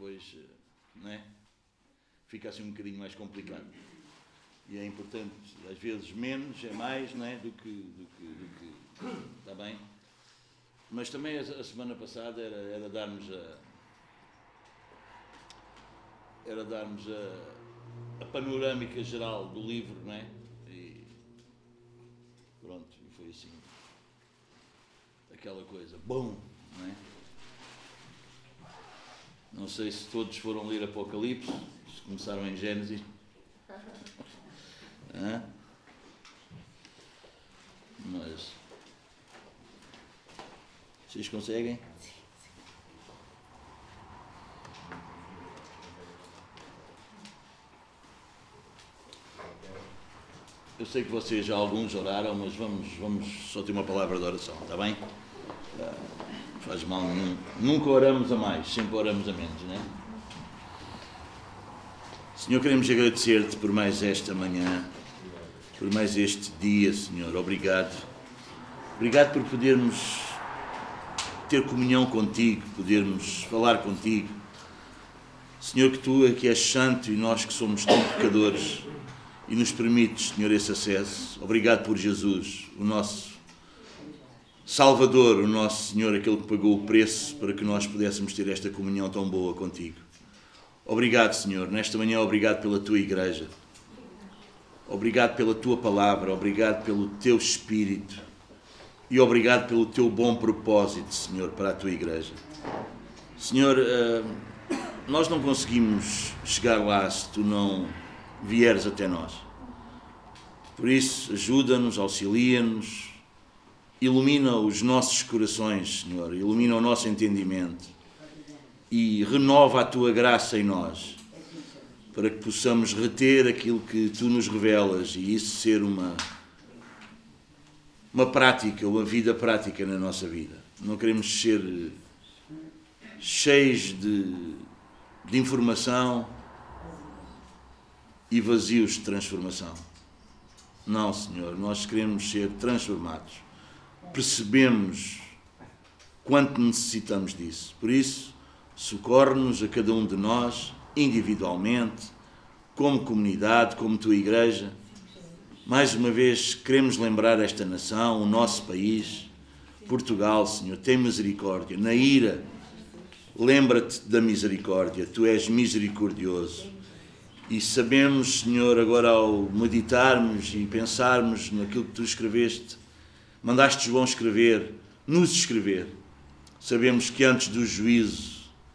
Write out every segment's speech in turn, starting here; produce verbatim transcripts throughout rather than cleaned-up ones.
depois, não é? Fica assim um bocadinho mais complicado. E é importante, às vezes, menos é mais, não é? Do que, do que, do que está bem? Mas também a semana passada era, era darmos a era darmos a, a panorâmica geral do livro, não é? E pronto, e foi assim, aquela coisa, bom, não é? Não sei se todos foram ler Apocalipse, se começaram em Gênesis. Hã? Mas vocês conseguem? Eu sei que vocês já alguns oraram, mas vamos, vamos só ter uma palavra de oração, está bem? Não faz mal nenhum. Nunca oramos a mais, sempre oramos a menos, não é? Senhor, queremos agradecer-te por mais esta manhã, por mais este dia, Senhor. Obrigado. Obrigado por podermos ter comunhão contigo, podermos falar contigo. Senhor, que tu é que és santo e nós que somos tão pecadores e nos permites, Senhor, esse acesso. Obrigado por Jesus, o nosso Salvador, o nosso Senhor, aquele que pagou o preço para que nós pudéssemos ter esta comunhão tão boa contigo. Obrigado, Senhor, nesta manhã, obrigado pela tua igreja. Obrigado pela tua palavra, obrigado pelo teu Espírito e obrigado pelo teu bom propósito, Senhor, para a tua igreja. Senhor, nós não conseguimos chegar lá se tu não vieres até nós. Por isso, ajuda-nos, auxilia-nos, ilumina os nossos corações, Senhor, ilumina o nosso entendimento e renova a tua graça em nós, para que possamos reter aquilo que tu nos revelas e isso ser uma, uma prática, uma vida prática na nossa vida. Não queremos ser cheios de, de informação e vazios de transformação. Não, Senhor, nós queremos ser transformados. Percebemos quanto necessitamos disso. Por isso, socorre-nos a cada um de nós, individualmente, como comunidade, como tua igreja. Mais uma vez, queremos lembrar esta nação, o nosso país, Portugal, Senhor, tem misericórdia. Na ira, lembra-te da misericórdia. Tu és misericordioso. E sabemos, Senhor, agora ao meditarmos e pensarmos naquilo que tu escreveste, mandaste João escrever, nos escrever. Sabemos que antes do juízo,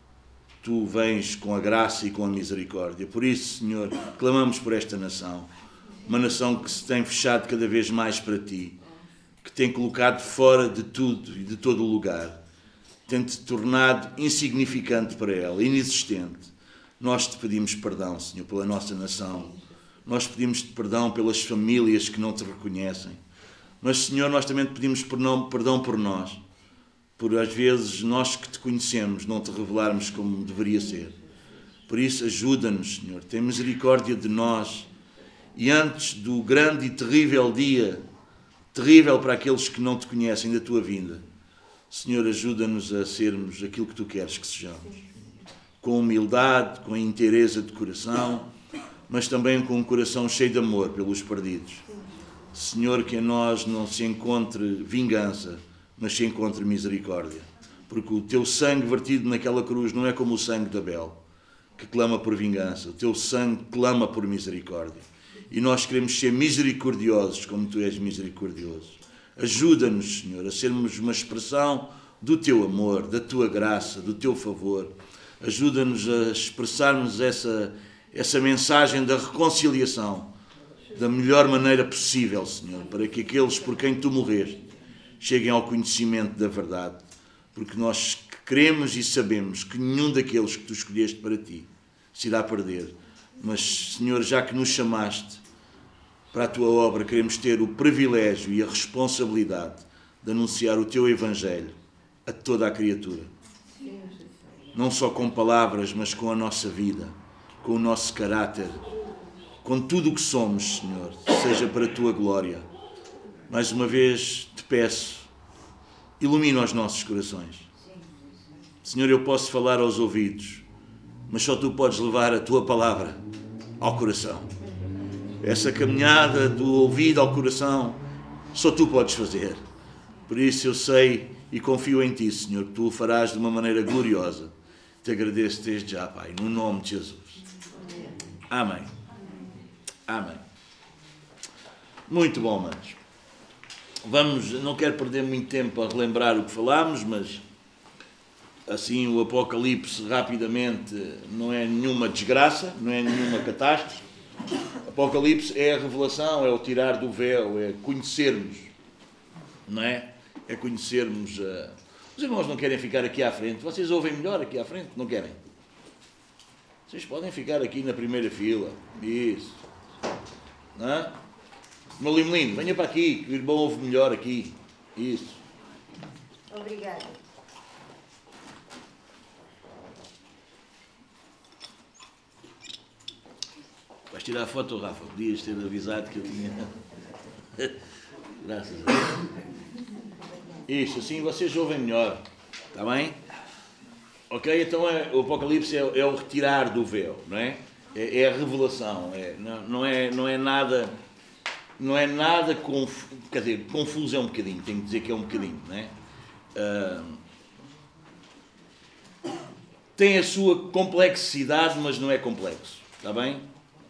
tu vens com a graça e com a misericórdia. Por isso, Senhor, clamamos por esta nação. Uma nação que se tem fechado cada vez mais para ti, que tem colocado fora de tudo e de todo o lugar, tem-te tornado insignificante para ela, inexistente. Nós te pedimos perdão, Senhor, pela nossa nação. Nós pedimos-te perdão pelas famílias que não te reconhecem. Mas, Senhor, nós também te pedimos perdão por nós. Por, às vezes, nós que te conhecemos, não te revelarmos como deveria ser. Por isso, ajuda-nos, Senhor. Tem misericórdia de nós. E antes do grande e terrível dia, terrível para aqueles que não te conhecem, da tua vinda, Senhor, ajuda-nos a sermos aquilo que tu queres que sejamos. Com humildade, com inteireza de coração, mas também com um coração cheio de amor pelos perdidos. Senhor, que em nós não se encontre vingança, mas se encontre misericórdia. Porque o teu sangue vertido naquela cruz não é como o sangue de Abel, que clama por vingança. O teu sangue clama por misericórdia. E nós queremos ser misericordiosos como tu és misericordioso. Ajuda-nos, Senhor, a sermos uma expressão do teu amor, da tua graça, do teu favor. Ajuda-nos a expressarmos essa, essa mensagem da reconciliação da melhor maneira possível, Senhor, para que aqueles por quem tu morreste cheguem ao conhecimento da verdade, porque nós queremos e sabemos que nenhum daqueles que tu escolheste para ti se irá perder. Mas, Senhor, já que nos chamaste para a tua obra, queremos ter o privilégio e a responsabilidade de anunciar o teu Evangelho a toda a criatura. Não só com palavras, mas com a nossa vida, com o nosso caráter, com tudo o que somos, Senhor, seja para a tua glória. Mais uma vez te peço, ilumina os nossos corações. Senhor, eu posso falar aos ouvidos, mas só tu podes levar a tua palavra ao coração. Essa caminhada do ouvido ao coração, só tu podes fazer. Por isso eu sei e confio em ti, Senhor, que tu o farás de uma maneira gloriosa. Te agradeço desde já, Pai, no nome de Jesus. Amém. Amém. Muito bom, manos. Vamos, não quero perder muito tempo a relembrar o que falámos, mas assim o Apocalipse rapidamente não é nenhuma desgraça, não é nenhuma catástrofe. Apocalipse é a revelação, é o tirar do véu, é conhecermos, não é? É conhecermos. Uh... Os irmãos não querem ficar aqui à frente, vocês ouvem melhor aqui à frente, não querem? Vocês podem ficar aqui na primeira fila, isso, não é? Meu Limelino, venha para aqui, que o irmão ouve melhor aqui, isso. Obrigada. Vais tirar a foto, Rafa? Podias ter avisado que eu tinha. Graças a Deus. Isso, assim vocês ouvem melhor. Está bem? Ok? Então é, o Apocalipse é, é o retirar do véu, não é? É, é a revelação. É, não, não, é, não é nada. Não é nada confuso. Quer dizer, confuso é um bocadinho. Tenho que dizer que é um bocadinho, não é? Uh, tem a sua complexidade, mas não é complexo. Está bem?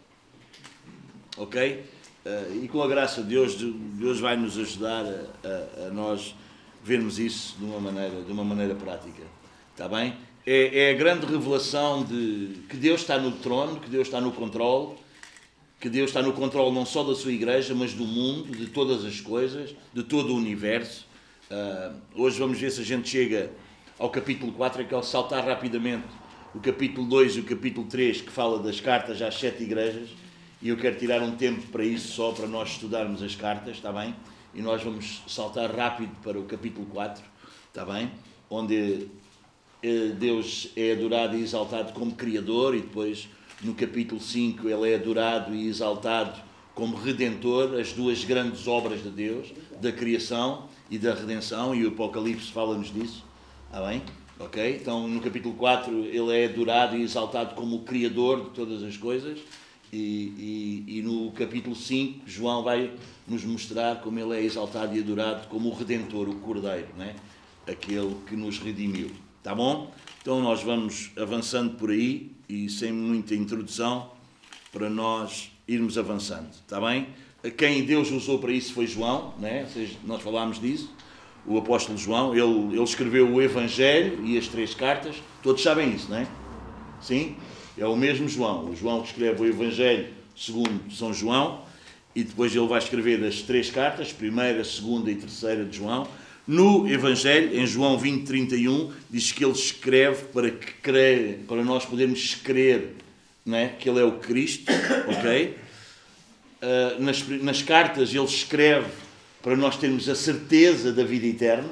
Ok? Uh, e com a graça de Deus, Deus vai nos ajudar a, a, a nós vermos isso de uma maneira, de uma maneira prática. Está bem? É, é a grande revelação de que Deus está no trono, que Deus está no controle, que Deus está no controle não só da sua igreja, mas do mundo, de todas as coisas, de todo o universo. Uh, hoje vamos ver se a gente chega ao capítulo quatro, é que ao saltar rapidamente o capítulo dois e o capítulo três, que fala das cartas às sete igrejas. E eu quero tirar um tempo para isso, só para nós estudarmos as cartas, está bem? E nós vamos saltar rápido para o capítulo quatro, está bem? Onde Deus é adorado e exaltado como Criador, e depois no capítulo cinco ele é adorado e exaltado como Redentor, as duas grandes obras de Deus, da criação e da redenção, e o Apocalipse fala-nos disso, está bem? Ok? Então no capítulo quatro ele é adorado e exaltado como o Criador de todas as coisas. E, e, e no capítulo cinco, João vai nos mostrar como ele é exaltado e adorado como o Redentor, o Cordeiro, né? Aquele que nos redimiu. Está bom? Então nós vamos avançando por aí e sem muita introdução para nós irmos avançando. Está bem? Quem Deus usou para isso foi João, né? Nós falámos disso. O apóstolo João, ele, ele escreveu o Evangelho e as três cartas. Todos sabem isso, não é? Sim? É o mesmo João, o João que escreve o Evangelho segundo São João, e depois ele vai escrever as três cartas, primeira, segunda e terceira de João. No Evangelho, em João vinte, trinta e um, diz que ele escreve para, que crer, para nós podermos crer, não é? Que ele é o Cristo, ok? Uh, nas, nas cartas ele escreve para nós termos a certeza da vida eterna,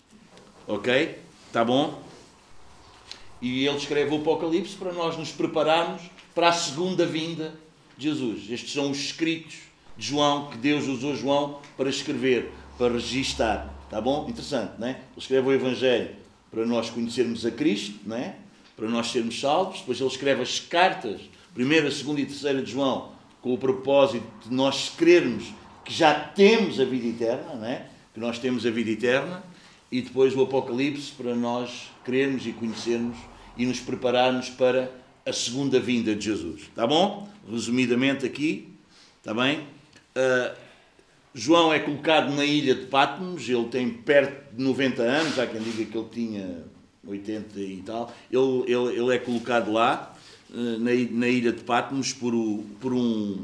ok? Está bom? E ele escreve o Apocalipse para nós nos prepararmos para a segunda vinda de Jesus. Estes são os escritos de João, que Deus usou João para escrever, para registar. Está bom? Interessante, não é? Ele escreve o Evangelho para nós conhecermos a Cristo, não é? Para nós sermos salvos. Depois ele escreve as cartas, primeira, segunda e terceira de João, com o propósito de nós crermos que já temos a vida eterna, não é? Que nós temos a vida eterna. E depois o Apocalipse para nós crermos e conhecermos e nos prepararmos para a segunda vinda de Jesus. Está bom? Resumidamente aqui, está bem? Uh, João é colocado na ilha de Patmos, ele tem perto de noventa anos, há quem diga que ele tinha oitenta e tal. Ele, ele, ele é colocado lá, uh, na, na ilha de Patmos, por, o, por um,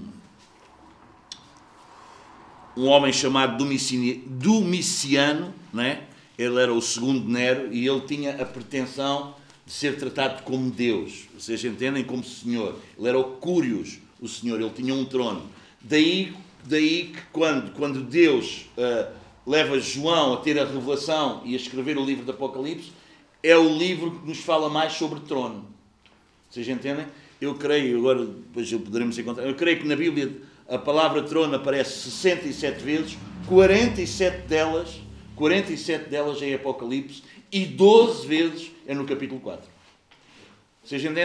um homem chamado Domiciano, Domiciano, não é? Ele era o segundo Nero e ele tinha a pretensão de ser tratado como Deus. Vocês entendem? Como Senhor. Ele era o Cúrios, o Senhor. Ele tinha um trono. Daí, daí que quando, quando Deus uh, leva João a ter a revelação e a escrever o livro do Apocalipse, é o livro que nos fala mais sobre trono. Vocês entendem? Eu creio, agora depois poderemos encontrar, eu creio que na Bíblia a palavra trono aparece sessenta e sete vezes, quarenta e sete delas... quarenta e sete delas é em Apocalipse e doze vezes é no capítulo quatro. Vocês entendem?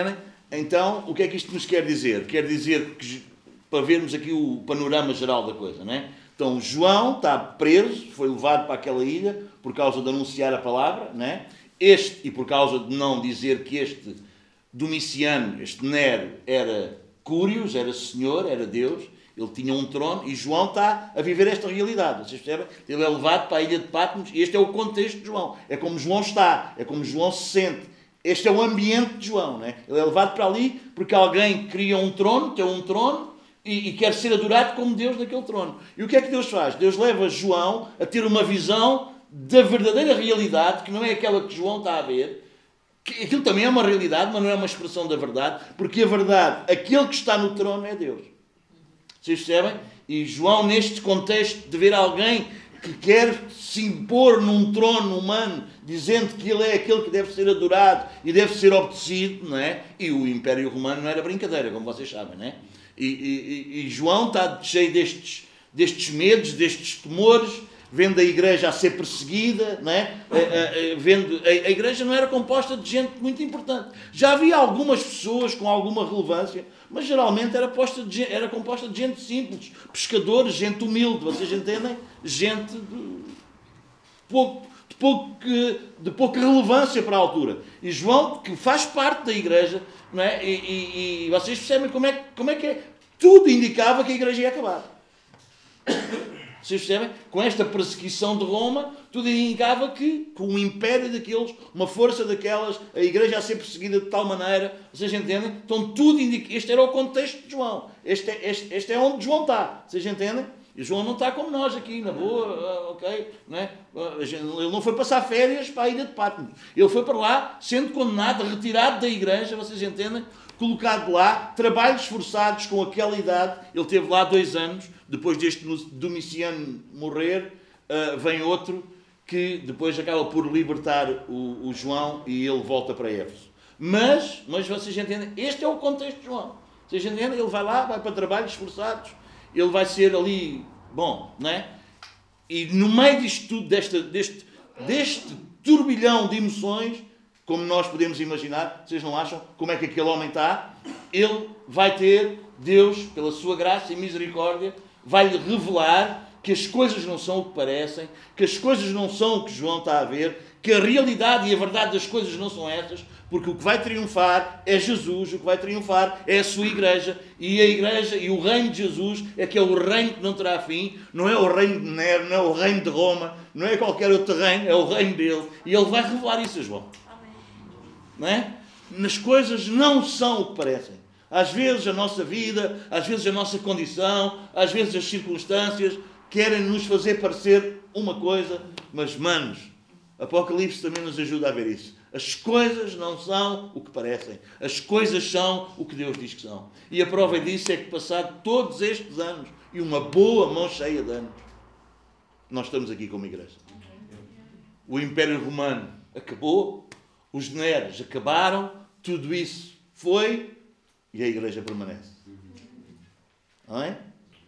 Então, o que é que isto nos quer dizer? Quer dizer que, para vermos aqui o panorama geral da coisa, não é? Então, João está preso, foi levado para aquela ilha por causa de anunciar a palavra, não é? Este, e por causa de não dizer que este Domiciano, este Nero, era Cúrios, era senhor, era Deus, ele tinha um trono, e João está a viver esta realidade. Vocês percebem? Ele é levado para a ilha de Patmos, e este é o contexto de João. É como João está, é como João se sente. Este é o ambiente de João, não é? Ele é levado para ali porque alguém cria um trono, tem um trono, e, e quer ser adorado como Deus naquele trono. E o que é que Deus faz? Deus leva João a ter uma visão da verdadeira realidade, que não é aquela que João está a ver. Que aquilo também é uma realidade, mas não é uma expressão da verdade, porque a verdade, aquele que está no trono é Deus. Vocês percebem? E João, neste contexto de ver alguém que quer se impor num trono humano, dizendo que ele é aquele que deve ser adorado e deve ser obedecido, não é? E o Império Romano não era brincadeira, como vocês sabem, não é? E, e, e João está cheio destes, destes medos, destes temores, vendo a igreja a ser perseguida, não é? a, a, a, vendo, a, a igreja não era composta de gente muito importante. Já havia algumas pessoas com alguma relevância, mas geralmente era, posta de, era composta de gente simples, pescadores, gente humilde, vocês entendem? Gente de, pouco, de, pouco, de pouca relevância para a altura. E João, que faz parte da igreja, não é? e, e, e vocês percebem como é, como é que é? Tudo indicava que a igreja ia acabar. Vocês percebem? Com esta perseguição de Roma, tudo indicava que, com um império daqueles, uma força daquelas, a igreja a ser perseguida de tal maneira, vocês entendem? Então tudo indica. Este era o contexto de João. Este é, este, este é onde João está. Vocês entendem? E João não está como nós aqui, na boa, ok? Não é? Ele não foi passar férias para a ilha de Patmos. Ele foi para lá, sendo condenado, retirado da igreja, vocês entendem? Colocado lá, trabalhos forçados com aquela idade. Ele teve lá dois anos. Depois deste Domiciano morrer, uh, vem outro que depois acaba por libertar o, o João e ele volta para Éfeso. Mas, mas vocês entendem, este é o contexto de João. Vocês entendem? Ele vai lá, vai para trabalhos forçados, ele vai ser ali, bom, não é? E no meio disto tudo, desta, deste, deste turbilhão de emoções, como nós podemos imaginar, vocês não acham como é que aquele homem está? Ele vai ter, Deus, pela sua graça e misericórdia, vai-lhe revelar que as coisas não são o que parecem, que as coisas não são o que João está a ver, que a realidade e a verdade das coisas não são essas, porque o que vai triunfar é Jesus, o que vai triunfar é a sua igreja, e a igreja e o reino de Jesus é que é o reino que não terá fim, não é o reino de Nero, não é o reino de Roma, não é qualquer outro reino, é o reino dele, e ele vai revelar isso a João. Não é? As coisas não são o que parecem. Às vezes a nossa vida, às vezes a nossa condição, às vezes as circunstâncias querem nos fazer parecer uma coisa, mas, manos, Apocalipse também nos ajuda a ver isso. As coisas não são o que parecem. As coisas são o que Deus diz que são. E a prova disso é que, passado todos estes anos, e uma boa mão cheia de anos, nós estamos aqui como igreja. O Império Romano acabou, os Neros acabaram, tudo isso foi... E a igreja permanece. Não é?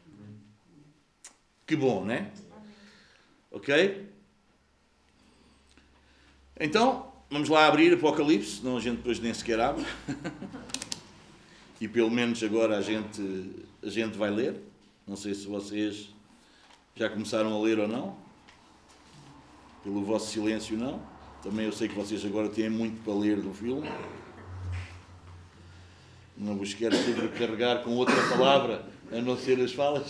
Que bom, não é? Ok? Então, vamos lá abrir Apocalipse, senão a gente depois nem sequer abre. E pelo menos agora a gente, a gente vai ler. Não sei se vocês já começaram a ler ou não. Pelo vosso silêncio, não. Também eu sei que vocês agora têm muito para ler do filme. Não vos quero sobrecarregar com outra palavra, a não ser as falas.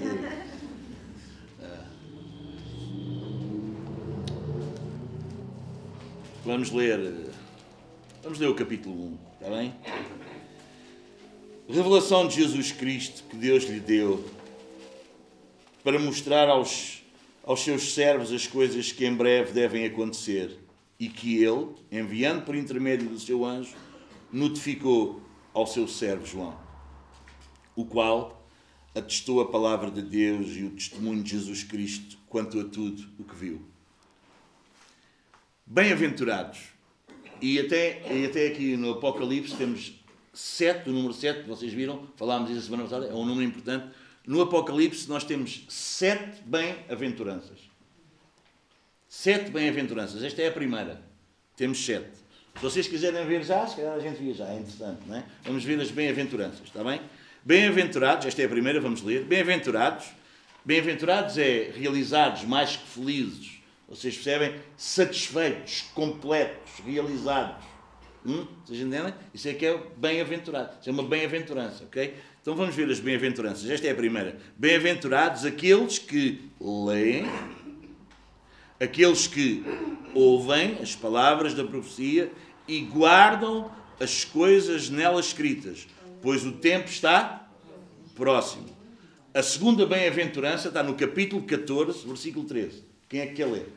Vamos ler, vamos ler o capítulo um, está bem? Revelação de Jesus Cristo que Deus lhe deu para mostrar aos, aos seus servos as coisas que em breve devem acontecer e que ele, enviando por intermédio do seu anjo, notificou ao seu servo João, o qual atestou a palavra de Deus e o testemunho de Jesus Cristo quanto a tudo o que viu. Bem-aventurados. E até, e até aqui no Apocalipse temos sete, o número sete, vocês viram, falámos isso a semana passada, é um número importante. No Apocalipse nós temos sete bem-aventuranças. Sete bem-aventuranças. Esta é a primeira. Temos sete. Se vocês quiserem ver já, se calhar a gente via já, é interessante, não é? Vamos ver as bem-aventuranças, está bem? Bem-aventurados, esta é a primeira, vamos ler. Bem-aventurados, bem-aventurados é realizados mais que felizes. Vocês percebem? Satisfeitos, completos, realizados. Hum? Vocês entendem? Isso é que é bem-aventurado. Isso é uma bem-aventurança, ok? Então vamos ver as bem-aventuranças. Esta é a primeira. Bem-aventurados aqueles que leem, aqueles que ouvem as palavras da profecia e guardam as coisas nela escritas, pois o tempo está próximo. A segunda bem-aventurança está no capítulo catorze, versículo treze. Quem é que quer ler?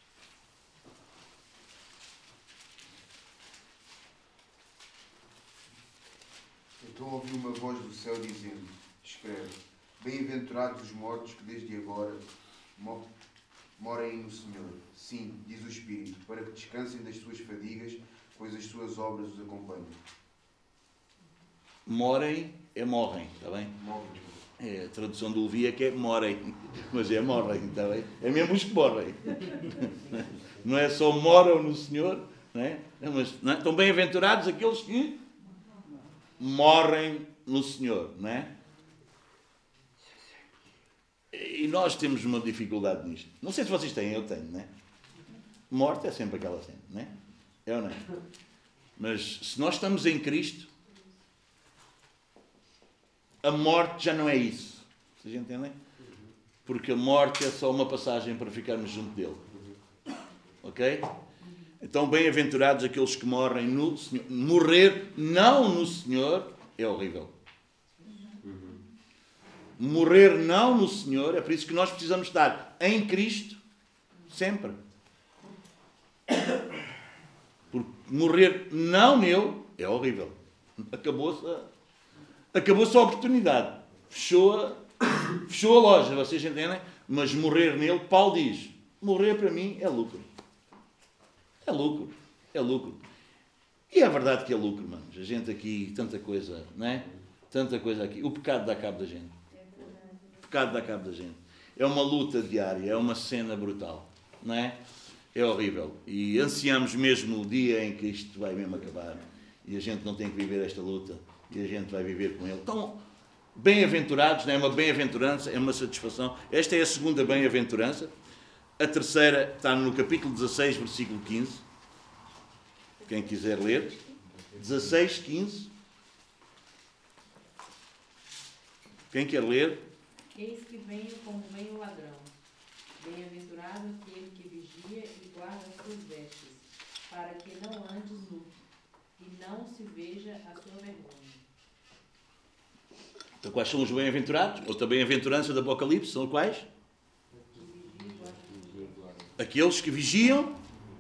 Então ouvi uma voz do céu dizendo: escreve, bem-aventurados os mortos que desde agora morem no Senhor. Sim, diz o Espírito, para que descansem das suas fadigas, pois as suas obras os acompanham. Morem é morrem, está bem? Morrem. É, a tradução do Levi é que é morem, mas é morrem, está bem? É mesmo os que morrem. Não é só moram no Senhor, não é? Mas, não é? Estão bem-aventurados aqueles que morrem no Senhor, não é? E nós temos uma dificuldade nisto. Não sei se vocês têm, eu tenho, não é? Morte é sempre aquela cena, não é? É ou não é? Mas se nós estamos em Cristo, a morte já não é isso. Vocês entendem? Porque a morte é só uma passagem para ficarmos junto dele. Ok? Então, bem-aventurados aqueles que morrem no Senhor. Morrer não no Senhor é horrível. Morrer não no Senhor, é por isso que nós precisamos estar em Cristo sempre. Porque morrer não nele é horrível. Acabou-se a, acabou-se a oportunidade. Fechou a, fechou a loja, vocês entendem? Mas morrer nele, Paulo diz, morrer para mim é lucro. É lucro. É lucro. E é verdade que é lucro, manos. A gente aqui, tanta coisa, não é? Tanta coisa aqui. O pecado dá cabo da gente. O pecado dá cabo da gente. É uma luta diária, é uma cena brutal, não é? É horrível. E ansiamos mesmo o dia em que isto vai mesmo acabar. E a gente não tem que viver esta luta. E a gente vai viver com ele. Então, bem-aventurados, não é? Uma bem-aventurança, é uma satisfação. Esta é a segunda bem-aventurança. A terceira está no capítulo dezasseis, versículo quinze. Quem quiser ler. dezasseis, quinze. Quem quer ler? Eis que venho como vem o ladrão. Bem-aventurado aquele que vigia e guarda as suas vestes, para que não andes nu, e não se veja a sua vergonha. Então, quais são os bem-aventurados? Outra bem-aventurança do Apocalipse são quais? Aqueles que vigiam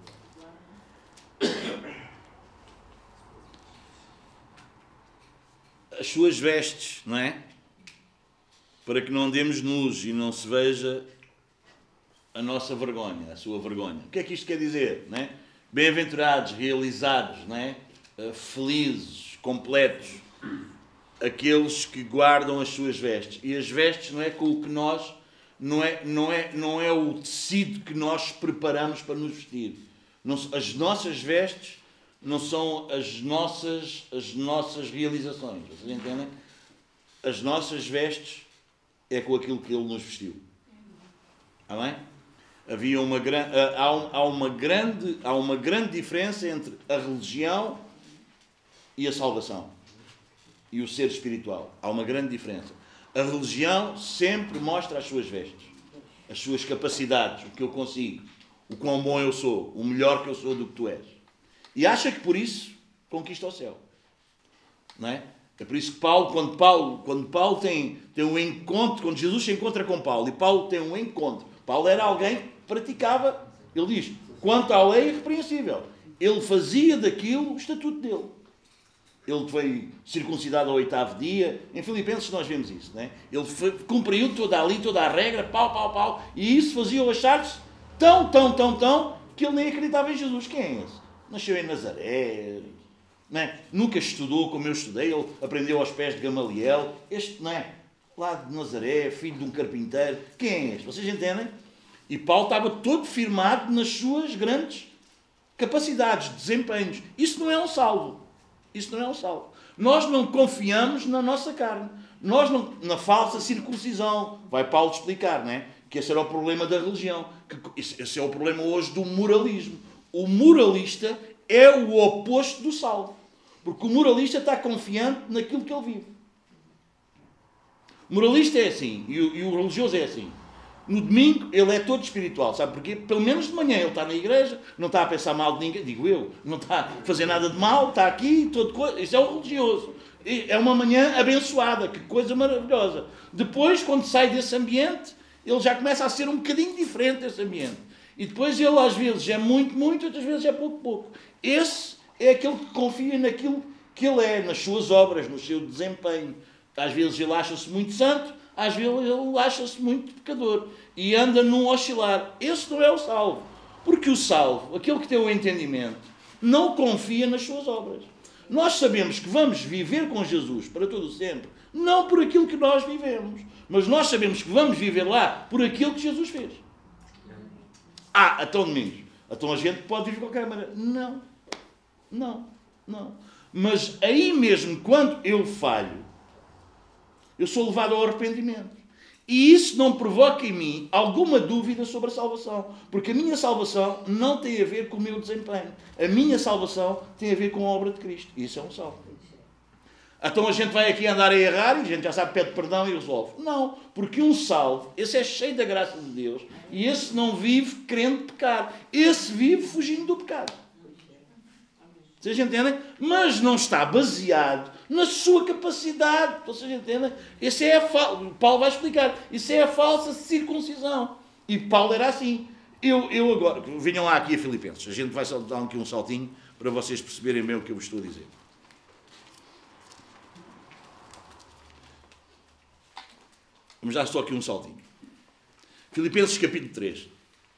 as suas vestes, não é? Para que não andemos nus e não se veja a nossa vergonha, a sua vergonha. O que é que isto quer dizer, não é? Bem-aventurados, realizados, não é? Felizes, completos, aqueles que guardam as suas vestes. E as vestes não é com o que nós, não é, não é, não é o tecido que nós preparamos para nos vestir. Não, as nossas vestes não são as nossas, as nossas realizações. Vocês entendem? As nossas vestes é com aquilo que Ele nos vestiu. Amém? Havia uma, há, há, uma grande, há uma grande diferença entre a religião e a salvação. E o ser espiritual. Há uma grande diferença. A religião sempre mostra as suas vestes. As suas capacidades. O que eu consigo. O quão bom eu sou. O melhor que eu sou do que tu és. E acha que por isso conquista o céu. Não é? É por isso que Paulo, quando Paulo, quando Paulo tem, tem um encontro, quando Jesus se encontra com Paulo, e Paulo tem um encontro, Paulo era alguém que praticava, ele diz, quanto à lei é irrepreensível. Ele fazia daquilo o estatuto dele. Ele foi circuncidado ao oitavo dia. Em Filipenses nós vemos isso, não é? Ele foi, cumpriu toda a lei, toda a regra, pau, pau, pau, e isso fazia-o achar-se tão, tão, tão, tão, que ele nem acreditava em Jesus. Quem é esse? Nasceu em Nazaré, não é? Nunca estudou como eu estudei, ele aprendeu aos pés de Gamaliel. Este, não é? Lá de Nazaré, filho de um carpinteiro. Quem é este? Vocês entendem? E Paulo estava todo firmado nas suas grandes capacidades, desempenhos. Isso não é um salvo. Isso não é um salvo. Nós não confiamos na nossa carne. Nós não, na falsa circuncisão. Vai Paulo explicar, não é? Que esse era o problema da religião. Que esse é o problema hoje do moralismo. O moralista é o oposto do salvo. Porque o moralista está confiante naquilo que ele vive. O moralista é assim. E o, e o religioso é assim. No domingo ele é todo espiritual. Sabe porquê? Pelo menos de manhã ele está na igreja, não está a pensar mal de ninguém, digo eu, não está a fazer nada de mal, está aqui, todo coisa. Isso é o religioso. É uma manhã abençoada, que coisa maravilhosa. Depois, quando sai desse ambiente, ele já começa a ser um bocadinho diferente desse ambiente. E depois ele às vezes é muito, muito, outras vezes é pouco, pouco. Esse é aquele que confia naquilo que ele é, nas suas obras, no seu desempenho. Às vezes ele acha-se muito santo, às vezes ele acha-se muito pecador. E anda num oscilar. Esse não é o salvo. Porque o salvo, aquele que tem o entendimento, não confia nas suas obras. Nós sabemos que vamos viver com Jesus para todo o sempre, não por aquilo que nós vivemos, mas nós sabemos que vamos viver lá por aquilo que Jesus fez. Ah, então Domingos, então a gente pode viver de qualquer maneira. Não, não, não. Mas aí mesmo, quando eu falho, eu sou levado ao arrependimento. E isso não provoca em mim alguma dúvida sobre a salvação. Porque a minha salvação não tem a ver com o meu desempenho. A minha salvação tem a ver com a obra de Cristo. Isso é um salvo. Então a gente vai aqui andar a errar e a gente já sabe, pede perdão e resolve. Não, porque um salvo, esse é cheio da graça de Deus. E esse não vive querendo pecar. Esse vive fugindo do pecado. Vocês entendem? Mas não está baseado na sua capacidade. Vocês entendem? Esse é a fa... Paulo vai explicar. Isso é a falsa circuncisão. E Paulo era assim. Eu, eu agora... Venham lá aqui a Filipenses. A gente vai só dar aqui um saltinho para vocês perceberem bem o que eu vos estou a dizer. Vamos dar só aqui um saltinho. Filipenses capítulo três.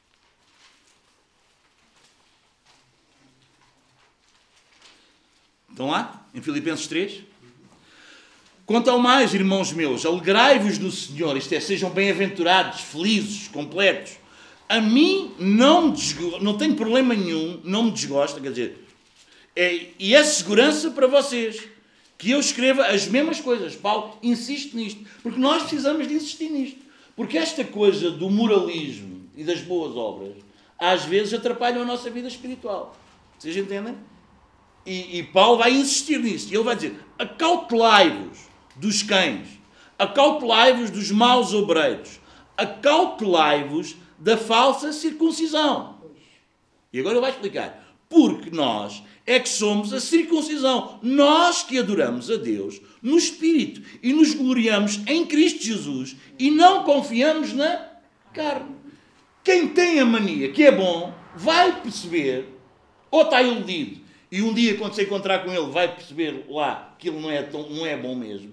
Estão lá? Em Filipenses três? Quanto ao mais, irmãos meus, alegrai-vos no Senhor, isto é, sejam bem-aventurados, felizes, completos. A mim não me desgosta, não tenho problema nenhum, não me desgosta, quer dizer, é, e é segurança para vocês, que eu escreva as mesmas coisas. Paulo insiste nisto, porque nós precisamos de insistir nisto. Porque esta coisa do moralismo e das boas obras, às vezes atrapalham a nossa vida espiritual. Vocês entendem? E, e Paulo vai insistir nisso. E ele vai dizer, acautelai-vos dos cães, acautelai-vos dos maus obreiros, acautelai-vos da falsa circuncisão. E agora ele vai explicar. Porque nós é que somos a circuncisão. Nós que adoramos a Deus no Espírito e nos gloriamos em Cristo Jesus e não confiamos na carne. Quem tem a mania que é bom vai perceber, ou está iludido, e um dia, quando se encontrar com ele, vai perceber lá que ele não é, tão, não é bom mesmo.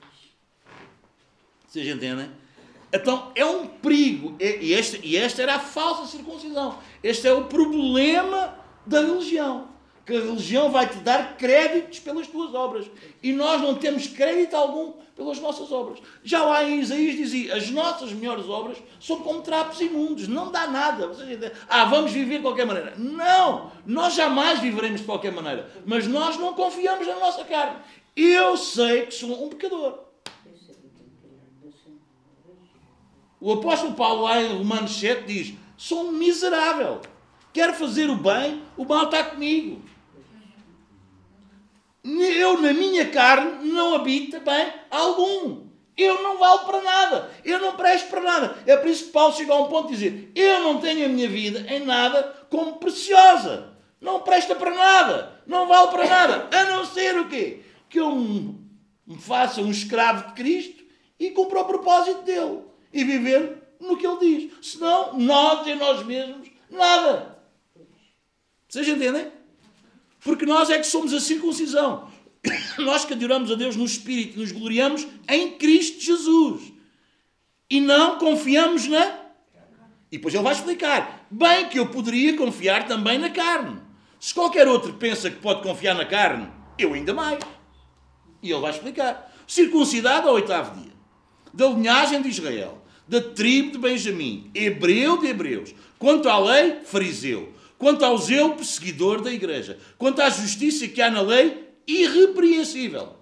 Vocês entendem? Então, é um perigo. E esta, e esta era a falsa circuncisão. Este é o problema da religião. Que a religião vai te dar créditos pelas tuas obras. E nós não temos crédito algum pelas nossas obras. Já lá em Isaías dizia, as nossas melhores obras são como trapos imundos, não dá nada. Vocês entendem? Ah, vamos viver de qualquer maneira. Não! Nós jamais viveremos de qualquer maneira. Mas nós não confiamos na nossa carne. Eu sei que sou um pecador. O apóstolo Paulo lá em Romanos sete diz, sou um miserável. Quero fazer o bem, o mal está comigo. Eu, na minha carne, não habita bem algum. Eu não valho para nada. Eu não presto para nada. É por isso que Paulo chega a um ponto de dizer, eu não tenho a minha vida em nada como preciosa. Não presta para nada. Não vale para nada. A não ser o quê? Que eu me faça um escravo de Cristo e cumpra o propósito dele. E viver no que ele diz. Senão, nós em nós mesmos, nada. Vocês entendem? Porque nós é que somos a circuncisão. Nós que adoramos a Deus no Espírito, nos gloriamos em Cristo Jesus. E não confiamos na... E depois ele vai explicar. Bem que eu poderia confiar também na carne. Se qualquer outro pensa que pode confiar na carne, eu ainda mais. E ele vai explicar. Circuncidado ao oitavo dia. Da linhagem de Israel. Da tribo de Benjamim. Hebreu de hebreus. Quanto à lei, fariseu. quanto ao zelo perseguidor da igreja, quanto à justiça que há na lei, irrepreensível.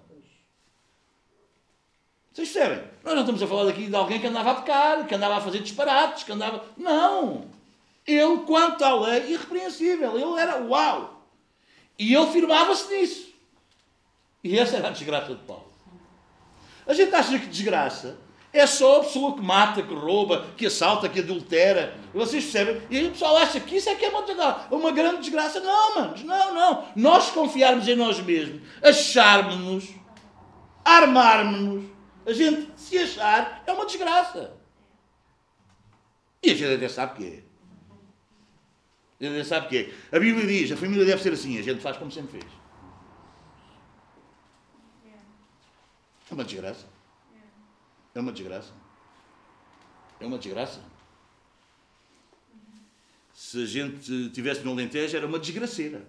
Vocês percebem? Nós não estamos a falar aqui de alguém que andava a pecar, que andava a fazer disparates, que andava... Não! Ele, quanto à lei, irrepreensível. Ele era uau! E ele firmava-se nisso. E essa era a desgraça de Paulo. A gente acha que desgraça é só a pessoa que mata, que rouba, que assalta, que adultera. E vocês percebem? E o pessoal acha que isso é que é uma, uma grande desgraça. Não, manos, não, não. Nós confiarmos em nós mesmos, acharmos-nos, armarmos-nos, a gente se achar é uma desgraça. E a gente até sabe que é. A gente até sabe que é. A Bíblia diz, a família deve ser assim, a gente faz como sempre fez. É uma desgraça. É uma desgraça. É uma desgraça. Se a gente estivesse no Alentejo, era uma desgraceira.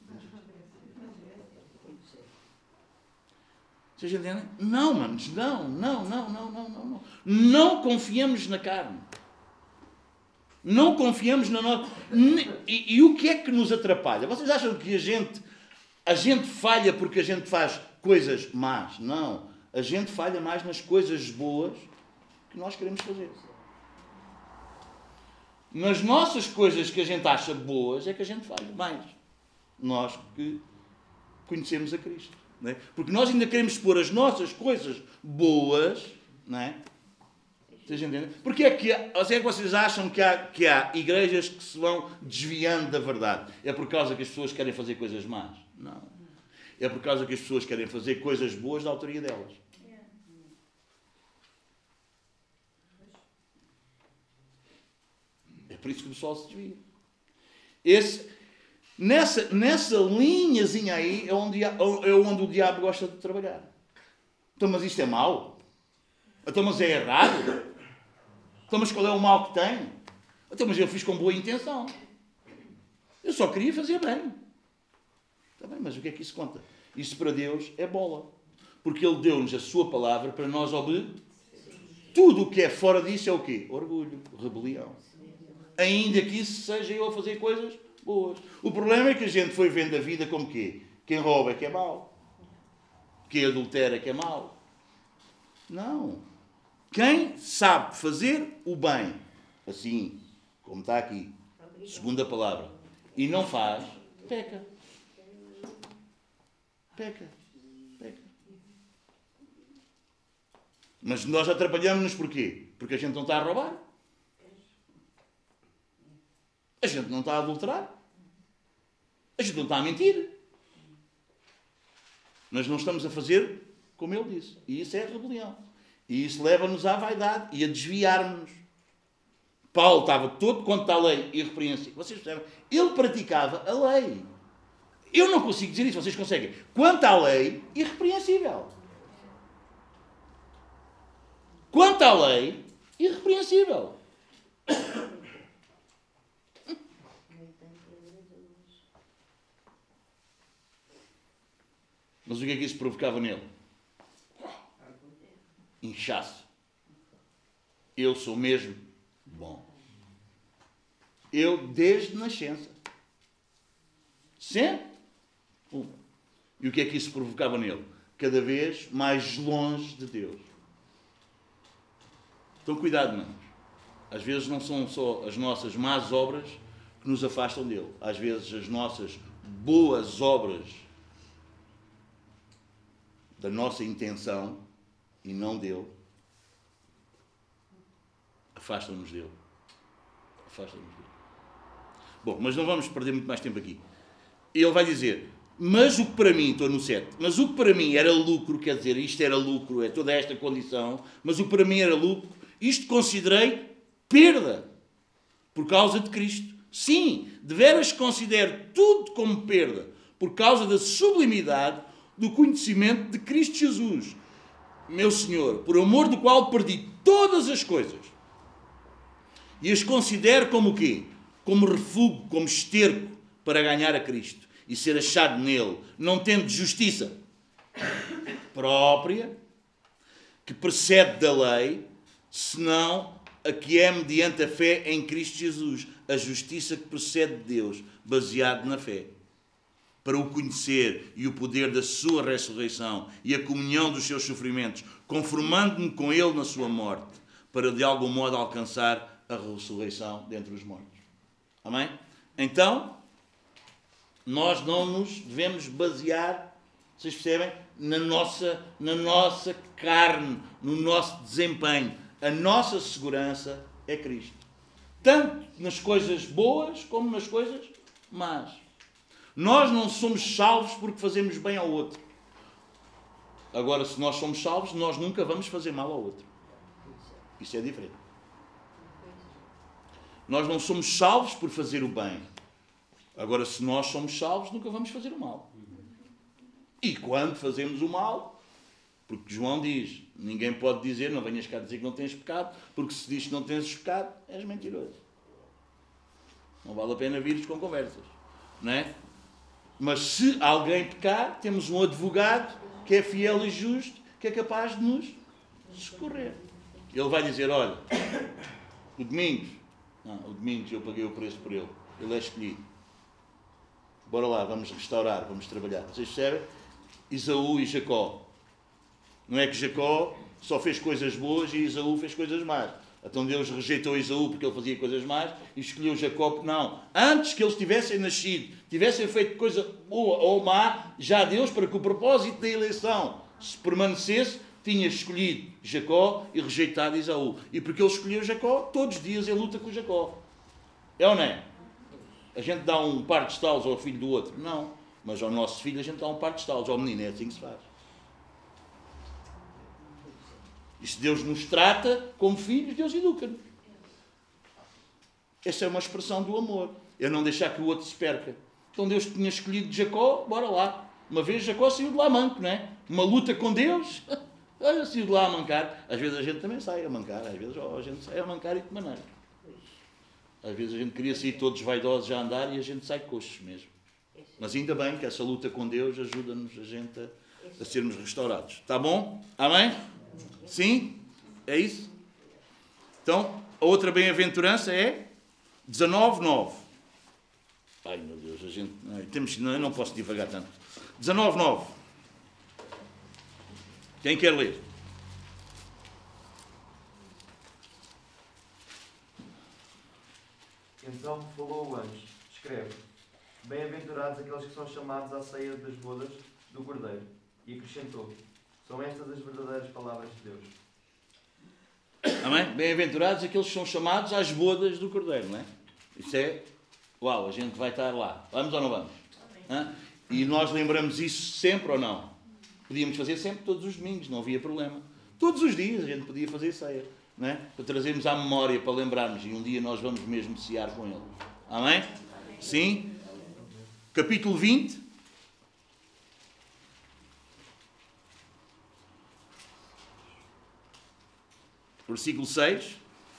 Vocês entendem? Não, manos, não, não, não, não, não, não, não. Não confiamos na carne. Não confiamos na nossa... E, e o que é que nos atrapalha? Vocês acham que a gente, a gente falha porque a gente faz coisas más? Não. A gente falha mais nas coisas boas que nós queremos fazer. Nas nossas coisas que a gente acha boas é que a gente falha mais. Nós que conhecemos a Cristo. Não é? Porque nós ainda queremos pôr as nossas coisas boas, não é? Vocês entendem? Porque é que, é que vocês acham que há, que há igrejas que se vão desviando da verdade? É por causa que as pessoas querem fazer coisas más? Não. É por causa que as pessoas querem fazer coisas boas da autoria delas. É por isso que o pessoal se desvia. Esse, nessa, nessa linhazinha aí é onde, é onde o diabo gosta de trabalhar. Então, mas isto é mau? Então, mas é errado? Então, mas qual é o mal que tem? Então, mas eu fiz com boa intenção. Eu só queria fazer bem. Está bem, mas o que é que isso conta? Isso para Deus é bola. Porque Ele deu-nos a sua palavra para nós obedecer. Tudo o que é fora disso é o quê? Orgulho, rebelião. Ainda que isso seja eu a fazer coisas boas. O problema é que a gente foi vendo a vida como quê? Quem rouba é que é mau. Quem adultera é que é mau. Não. Quem sabe fazer o bem, assim, como está aqui, segunda palavra, e não faz, peca. Peca. Peca. Mas nós atrapalhamos-nos porquê? Porque a gente não está a roubar. A gente não está a adulterar. A gente não está a mentir. Nós não estamos a fazer como ele disse. E isso é a rebelião. E isso leva-nos à vaidade e a desviarmos-nos. Paulo estava todo contra a lei irrepreensível. Vocês percebem? Ele praticava a lei. Eu não consigo dizer isso. Vocês conseguem? Quanto à lei, irrepreensível. Quanto à lei, irrepreensível. Mas o que é que isso provocava nele? Inchaço. Eu sou mesmo bom. Eu desde nascença. Sempre. E o que é que isso provocava nele? Cada vez mais longe de Deus. Então cuidado, manos. Às vezes não são só as nossas más obras que nos afastam dele. Às vezes as nossas boas obras da nossa intenção e não dele afastam-nos dele. Afastam-nos dele. Bom, mas não vamos perder muito mais tempo aqui. Ele vai dizer, mas o que para mim, estou no sete, mas o que para mim era lucro, quer dizer, isto era lucro, é toda esta condição, mas o que para mim era lucro, isto considerei perda por causa de Cristo. Sim, de veras considero tudo como perda por causa da sublimidade do conhecimento de Cristo Jesus, meu Senhor, por amor do qual perdi todas as coisas e as considero como o quê? Como refúgio, como esterco para ganhar a Cristo e ser achado nele, não tendo justiça própria que precede da lei, senão a que é mediante a fé em Cristo Jesus, a justiça que procede de Deus, baseado na fé. Para o conhecer e o poder da sua ressurreição e a comunhão dos seus sofrimentos, conformando-me com ele na sua morte, para de algum modo alcançar a ressurreição dentre os mortos. Amém? Então, nós não nos devemos basear, vocês percebem, na nossa, na nossa carne, no nosso desempenho. A nossa segurança é Cristo. Tanto nas coisas boas como nas coisas más. Nós não somos salvos porque fazemos bem ao outro. Agora, se nós somos salvos, nós nunca vamos fazer mal ao outro. Isso é diferente. Nós não somos salvos por fazer o bem. Agora, se nós somos salvos, nunca vamos fazer o mal. E quando fazemos o mal, porque João diz, ninguém pode dizer, não venhas cá dizer que não tens pecado, porque se diz que não tens pecado, és mentiroso. Não vale a pena vires com conversas. Não é? Mas se alguém pecar, temos um advogado que é fiel e justo, que é capaz de nos socorrer. Ele vai dizer, olha, o Domingos, não, o Domingos eu paguei o preço por ele, ele é escolhido. Bora lá, vamos restaurar, vamos trabalhar. Vocês percebem? Esaú e Jacó. Não é que Jacó só fez coisas boas e Esaú fez coisas más. Então Deus rejeitou Esaú porque ele fazia coisas más e escolheu Jacó. Não. Antes que eles tivessem nascido, tivessem feito coisa boa ou má, já Deus, para que o propósito da eleição se permanecesse, tinha escolhido Jacó e rejeitado Esaú. E porque ele escolheu Jacó, todos os dias ele luta com Jacó. É ou não é? A gente dá um par de estalos ao filho do outro? Não. Mas ao nosso filho a gente dá um par de estalos. Ao menino é assim que se faz. E se Deus nos trata como filhos, Deus educa-nos. Essa é uma expressão do amor. É não deixar que o outro se perca. Então Deus tinha escolhido Jacó, bora lá. Uma vez Jacó saiu de lá manco, não é? Uma luta com Deus, olha, saiu de lá a mancar. Às vezes a gente também sai a mancar. Às vezes oh, a gente sai a mancar e de maneira. Às vezes a gente queria sair todos vaidosos a andar e a gente sai coxos mesmo. Mas ainda bem que essa luta com Deus ajuda-nos a gente a, a sermos restaurados. Está bom? Amém? Sim? É isso? Então, a outra bem-aventurança é dezanove, nove. Ai meu Deus, a gente... Não, temos, não, eu não posso divagar tanto. dezanove, nove. Quem quer ler? Então falou o anjo, escreve: bem-aventurados aqueles que são chamados à ceia das bodas do Cordeiro. E acrescentou: são estas as verdadeiras palavras de Deus. Amém? Bem-aventurados aqueles que são chamados às bodas do Cordeiro, não é? Isso é, uau, a gente vai estar lá. Vamos ou não vamos? Hã? E nós lembramos isso sempre ou não? Podíamos fazer sempre, todos os domingos, não havia problema. Todos os dias a gente podia fazer ceia, não é? Para trazermos à memória, para lembrarmos, e um dia nós vamos mesmo cear com ele. Amém? Sim? Capítulo vinte. Versículo seis.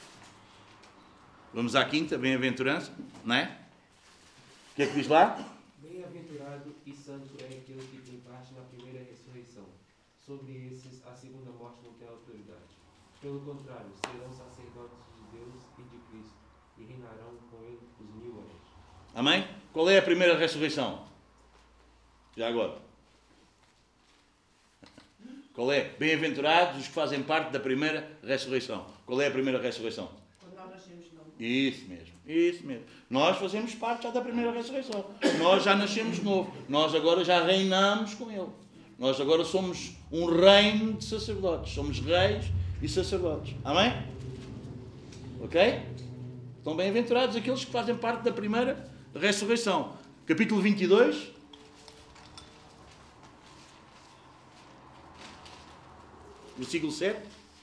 Vamos à quinta, bem-aventurança, não é? O que é que diz lá? Bem-aventurado e santo é aquele que tem parte na primeira ressurreição. Sobre esses, a segunda morte não tem autoridade. Pelo contrário, serão sacerdotes de Deus e de Cristo, e reinarão com ele os mil anos. Amém? Qual é a primeira ressurreição? Já agora. Qual é? Bem-aventurados os que fazem parte da primeira ressurreição. Qual é a primeira ressurreição? Quando nós nascemos de novo. Isso mesmo, isso mesmo. Nós fazemos parte já da primeira ressurreição. Nós já nascemos de novo. Nós agora já reinamos com Ele. Nós agora somos um reino de sacerdotes. Somos reis e sacerdotes. Amém? Ok? Estão bem-aventurados aqueles que fazem parte da primeira ressurreição. Capítulo vinte e dois. Versículo sete.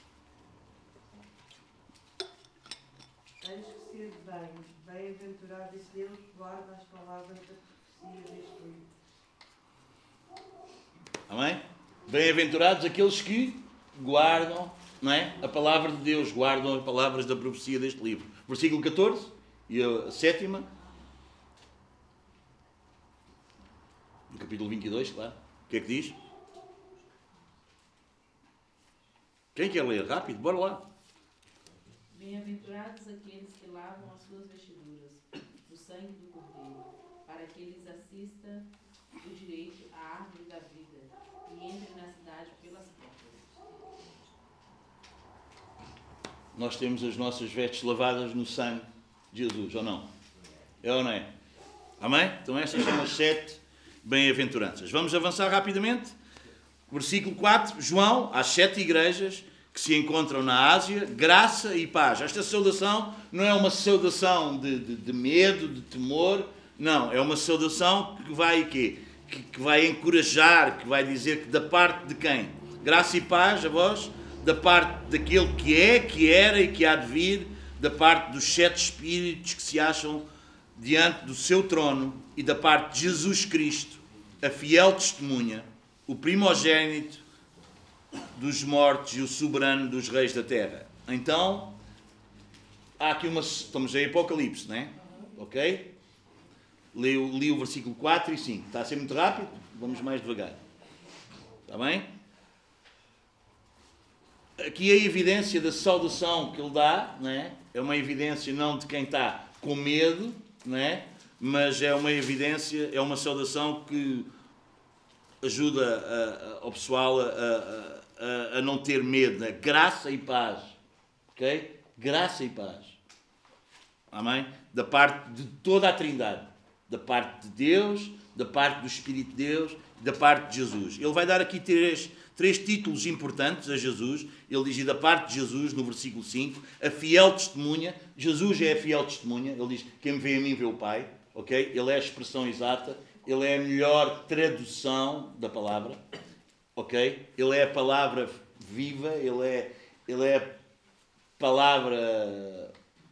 Antes que se bem, bem-aventurado esse Deus que guarda as palavras da profecia deste livro. Amém? Bem-aventurados aqueles que guardam, não é? A palavra de Deus, guardam as palavras da profecia deste livro. Versículo catorze e a sétima. No capítulo vinte e dois, claro. O que é que diz? Quem quer ler? Rápido, bora lá. Bem-aventurados aqueles que lavam as suas vestiduras, do sangue do Cordeiro, para que lhes assista o direito à árvore da vida e entre na cidade pelas portas. Nós temos as nossas vestes lavadas no sangue de Jesus, ou não? É ou não é? Amém? Então estas são as sete bem-aventuranças. Vamos avançar rapidamente. Versículo quatro, João, às sete igrejas que se encontram na Ásia, graça e paz. Esta saudação não é uma saudação de, de, de medo, de temor, não, é uma saudação que vai quê? Que, que vai encorajar, que vai dizer que da parte de quem? Graça e paz a vós, da parte daquele que é, que era e que há de vir, da parte dos sete espíritos que se acham diante do seu trono e da parte de Jesus Cristo, a fiel testemunha, o primogênito dos mortos e o soberano dos reis da terra. Então, há aqui uma... Estamos em Apocalipse, não é? Ok? Li, li o versículo quatro e cinco. Está a ser muito rápido? Vamos mais devagar. Está bem? Aqui a evidência da saudação que ele dá, não é? É uma evidência não de quem está com medo, não é? Mas é uma evidência, é uma saudação que ajuda a, a, ao pessoal a, a, a, a não ter medo, né? Graça e paz, ok? Graça e paz, amém? Da parte de toda a Trindade, da parte de Deus, da parte do Espírito de Deus, da parte de Jesus. Ele vai dar aqui três, três títulos importantes a Jesus. Ele diz, da parte de Jesus, no versículo cinco, a fiel testemunha. Jesus é a fiel testemunha. Ele diz, quem me vê a mim vê o Pai, ok? Ele é a expressão exata. Ele é a melhor tradução da palavra, ok? Ele é a palavra viva, ele é, ele é a palavra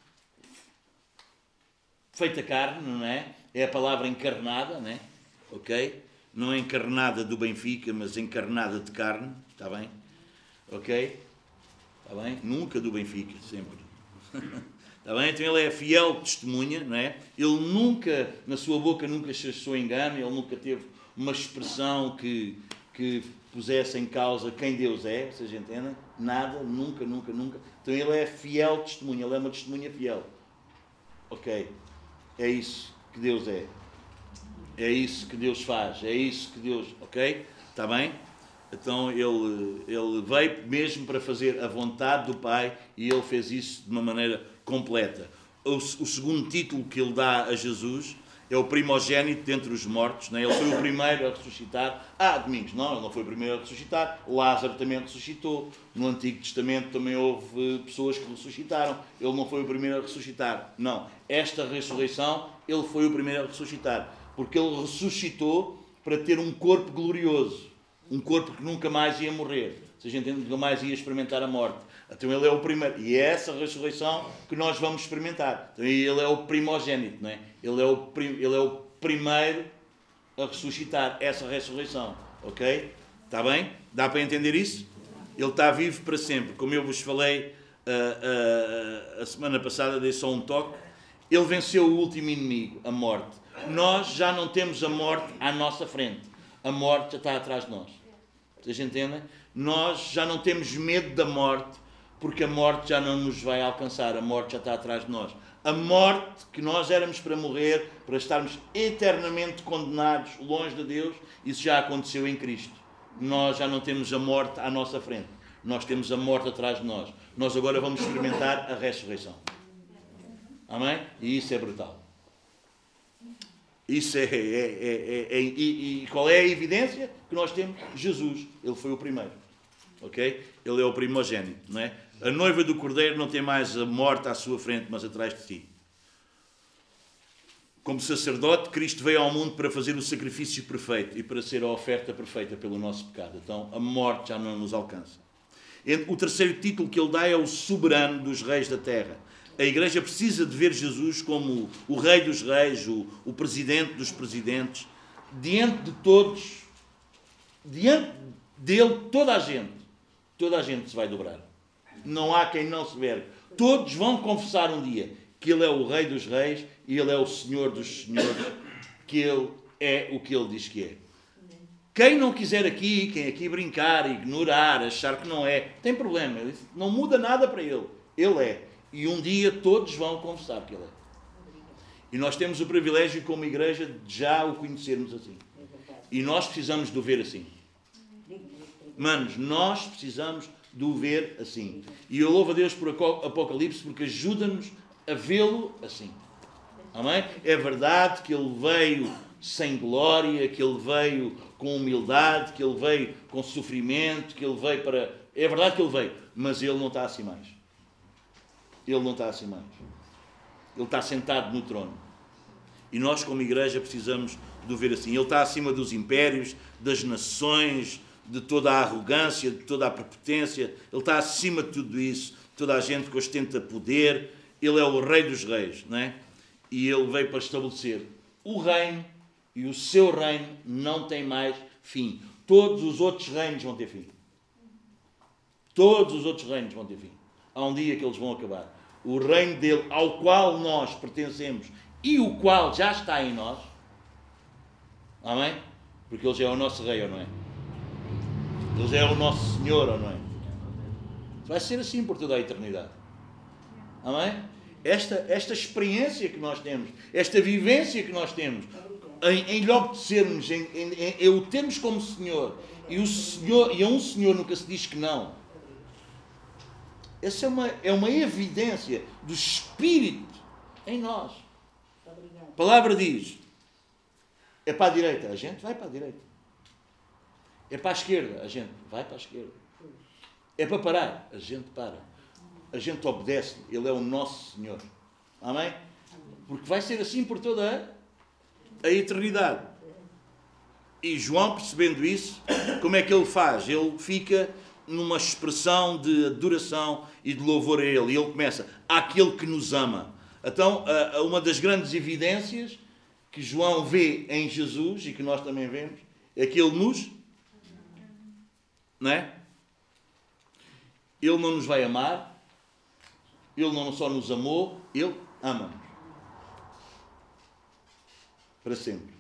feita carne, não é? É a palavra encarnada, não é? Ok? Não é encarnada do Benfica, mas encarnada de carne, está bem? Ok? Está bem? Nunca do Benfica, sempre. Está bem? Então ele é fiel testemunha, não é? Ele nunca, na sua boca, nunca se achou engano, ele nunca teve uma expressão que, que pusesse em causa quem Deus é, vocês entendem? Nada, nunca, nunca, nunca. Então ele é fiel testemunha, ele é uma testemunha fiel. Ok? É isso que Deus é. É isso que Deus faz, é isso que Deus... Ok? Está bem? Então ele, ele veio mesmo para fazer a vontade do Pai e ele fez isso de uma maneira completa. O, o segundo título que ele dá a Jesus é o primogênito dentre os mortos, não é? Ele foi o primeiro a ressuscitar. Ah, Domingos, não, ele não foi o primeiro a ressuscitar. Lázaro também ressuscitou. No Antigo Testamento também houve pessoas que ressuscitaram. Ele não foi o primeiro a ressuscitar. Não, esta ressurreição, ele foi o primeiro a ressuscitar. Porque ele ressuscitou para ter um corpo glorioso. Um corpo que nunca mais ia morrer. Se a gente nunca mais ia experimentar a morte. Então ele é o primeiro. E é essa ressurreição que nós vamos experimentar. Então ele é o primogênito, não é? Ele é o, prim, ele é o primeiro a ressuscitar essa ressurreição. Ok? Está bem? Dá para entender isso? Ele está vivo para sempre. Como eu vos falei uh, uh, a semana passada, dei só um toque. Ele venceu o último inimigo, a morte. Nós já não temos a morte à nossa frente. A morte já está atrás de nós. Vocês entendem? Nós já não temos medo da morte, porque a morte já não nos vai alcançar. A morte já está atrás de nós. A morte que nós éramos para morrer, para estarmos eternamente condenados longe de Deus, isso já aconteceu em Cristo. Nós já não temos a morte à nossa frente. Nós temos a morte atrás de nós. Nós agora vamos experimentar a ressurreição. Amém? E isso é brutal. Isso é, é, é, é, é e, e qual é a evidência que nós temos? Jesus, ele foi o primeiro, ok? Ele é o primogênito, não é? A noiva do Cordeiro não tem mais a morte à sua frente, mas atrás de si. Como sacerdote, Cristo veio ao mundo para fazer o sacrifício perfeito e para ser a oferta perfeita pelo nosso pecado. Então a morte já não nos alcança. O terceiro título que ele dá é o soberano dos reis da terra. A Igreja precisa de ver Jesus como o Rei dos Reis, o, o Presidente dos Presidentes, diante de todos, diante dele, toda a gente, toda a gente se vai dobrar. Não há quem não se vergue. Todos vão confessar um dia que ele é o Rei dos Reis e ele é o Senhor dos Senhores, que ele é o que ele diz que é. Quem não quiser aqui, quem aqui brincar, ignorar, achar que não é, tem problema. Não muda nada para ele. Ele é. E um dia todos vão confessar que ele é. E nós temos o privilégio, como igreja, de já o conhecermos assim. E nós precisamos de o ver assim. Manos, nós precisamos de o ver assim. E eu louvo a Deus por Apocalipse, porque ajuda-nos a vê-lo assim. Amém? É verdade que Ele veio sem glória, que Ele veio com humildade, que Ele veio com sofrimento, que Ele veio para... É verdade que Ele veio, mas Ele não está assim mais. Ele não está assim mais. Ele está sentado no trono. E nós, como igreja, precisamos de o ver assim. Ele está acima dos impérios, das nações, de toda a arrogância, de toda a prepotência. Ele está acima de tudo isso. Toda a gente que ostenta poder. Ele é o Rei dos Reis, não é? E Ele veio para estabelecer o reino, e o seu reino não tem mais fim. Todos os outros reinos vão ter fim. Todos os outros reinos vão ter fim. Há um dia que eles vão acabar. O reino dele, ao qual nós pertencemos e o qual já está em nós. Amém? Porque Ele já é o nosso rei, ou não é? Ele já é o nosso Senhor, ou não é? Vai ser assim por toda a eternidade. Amém? Esta, esta experiência que nós temos, esta vivência que nós temos, em, em lhe obedecermos, em, em, em, em o termos como Senhor, e, o Senhor, e a um Senhor nunca se diz que não. Essa é uma, é uma evidência do Espírito em nós. A palavra diz, é para a direita, a gente vai para a direita. É para a esquerda, a gente vai para a esquerda. É para parar, a gente para. A gente obedece, Ele é o nosso Senhor. Amém? Porque vai ser assim por toda a, a eternidade. E João, percebendo isso, como é que ele faz? Ele fica numa expressão de adoração e de louvor a Ele. E ele começa, àquele que nos ama. Então, uma das grandes evidências que João vê em Jesus, e que nós também vemos, é que Ele nos... Não é? Ele não nos vai amar. Ele não só nos amou, Ele ama-nos. Para sempre.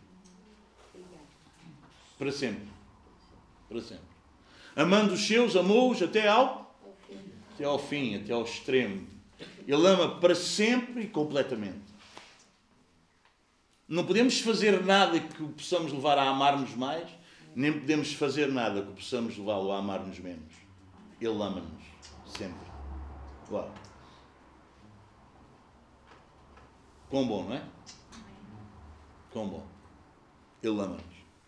Para sempre. Para sempre. Amando os seus, amou-os até ao, até ao fim, até ao extremo. Ele ama para sempre e completamente. Não podemos fazer nada que o possamos levar a amar-nos mais, nem podemos fazer nada que o possamos levá-lo a amar-nos menos. Ele ama-nos sempre. Uau. Quão bom, não é? Quão bom. Ele ama-nos.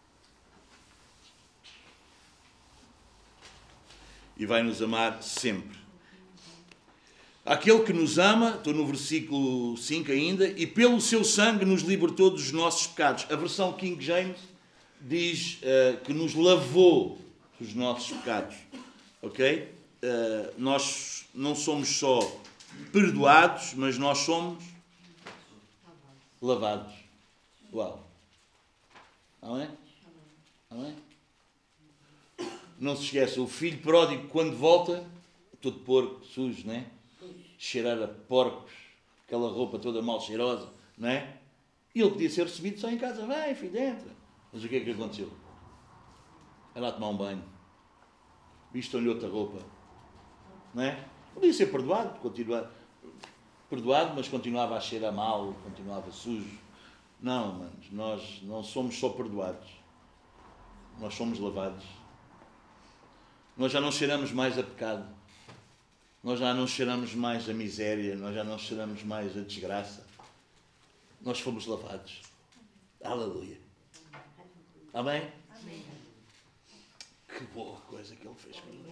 E vai nos amar sempre. Aquele que nos ama, estou no versículo cinco ainda, e pelo seu sangue nos libertou dos nossos pecados. A versão King James diz uh, que nos lavou dos nossos pecados. Ok? Uh, nós não somos só perdoados, mas nós somos lavados. Uau. Amém? Amém? Não se esqueça, o filho pródigo, quando volta, todo porco, sujo, não é? Cheirar a porcos, aquela roupa toda mal cheirosa, não é? E ele podia ser recebido só em casa. Vai, filho, entra. Mas o que é que aconteceu? Vai lá tomar um banho. Vistam-lhe outra roupa. Não é? Podia ser perdoado, continuar, perdoado, mas continuava a cheirar mal, continuava sujo. Não, manos, nós não somos só perdoados. Nós somos lavados. Nós já não cheiramos mais a pecado. Nós já não cheiramos mais a miséria. Nós já não cheiramos mais a desgraça. Nós fomos lavados. Aleluia. Amém? Amém. Que boa coisa que Ele fez conosco.